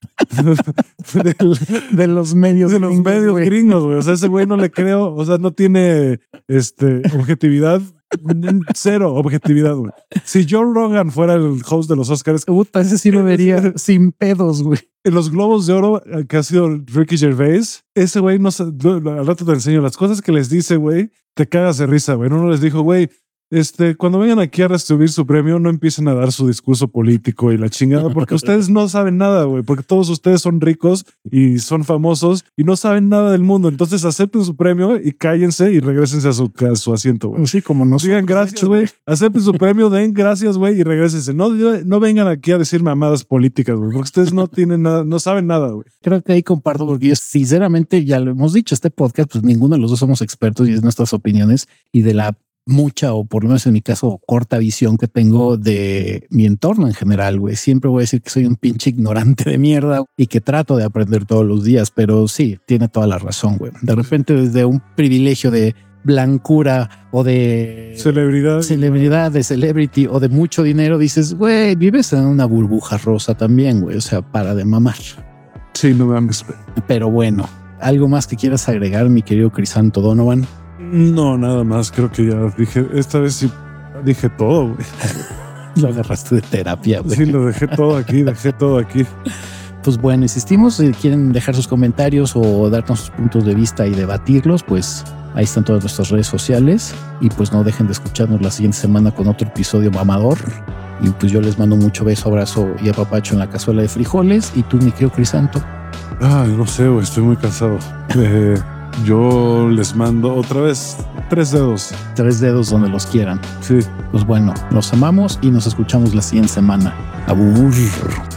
de los medios. De los medios gringos, güey. O sea, ese güey no le creo. O sea, no tiene objetividad. Cero objetividad, güey. Si Joe Rogan fuera el host de los Oscars, puta, ese sí lo vería sin pedos, güey. En los Globos de Oro, que ha sido Ricky Gervais, ese güey, no sé, al rato te enseño las cosas que les dice, güey, te cagas de risa, güey. Uno les dijo, güey, cuando vengan aquí a recibir su premio, no empiecen a dar su discurso político y la chingada, porque ustedes no saben nada, güey, porque todos ustedes son ricos y son famosos y no saben nada del mundo. Entonces acepten su premio y cállense y regrésense a su asiento, güey. Sí, como nos digan gracias, güey. Acepten su premio, den gracias, güey, y regrésense. No vengan aquí a decir mamadas políticas, güey, porque ustedes no tienen nada, no saben nada, güey. Creo que ahí comparto, porque yo sinceramente, ya lo hemos dicho, este podcast, pues ninguno de los dos somos expertos y es nuestras opiniones y de la mucha, o por lo menos en mi caso, corta visión que tengo de mi entorno en general, güey. Siempre voy a decir que soy un pinche ignorante de mierda y que trato de aprender todos los días, pero sí, tiene toda la razón, güey. De repente, desde un privilegio de blancura o de celebridad, de celebrity o de mucho dinero, dices, güey, vives en una burbuja rosa también, güey. O sea, para de mamar. Sí, no mames. Pero bueno, ¿algo más que quieras agregar, mi querido Crisanto Donovan? No, nada más. Creo que ya dije, esta vez sí dije todo, güey. Lo agarraste de terapia, güey. Sí, lo dejé todo aquí. Pues bueno, insistimos, si quieren dejar sus comentarios o darnos sus puntos de vista y debatirlos, pues ahí están todas nuestras redes sociales y pues no dejen de escucharnos la siguiente semana con otro episodio mamador. Y pues yo les mando mucho beso, abrazo y apapacho en la cazuela de frijoles. Y tú, mi querido Crisanto. No sé, güey, estoy muy cansado. Yo les mando otra vez 3 dedos. 3 dedos donde los quieran. Sí. Pues bueno, los amamos y nos escuchamos la siguiente semana. Abur.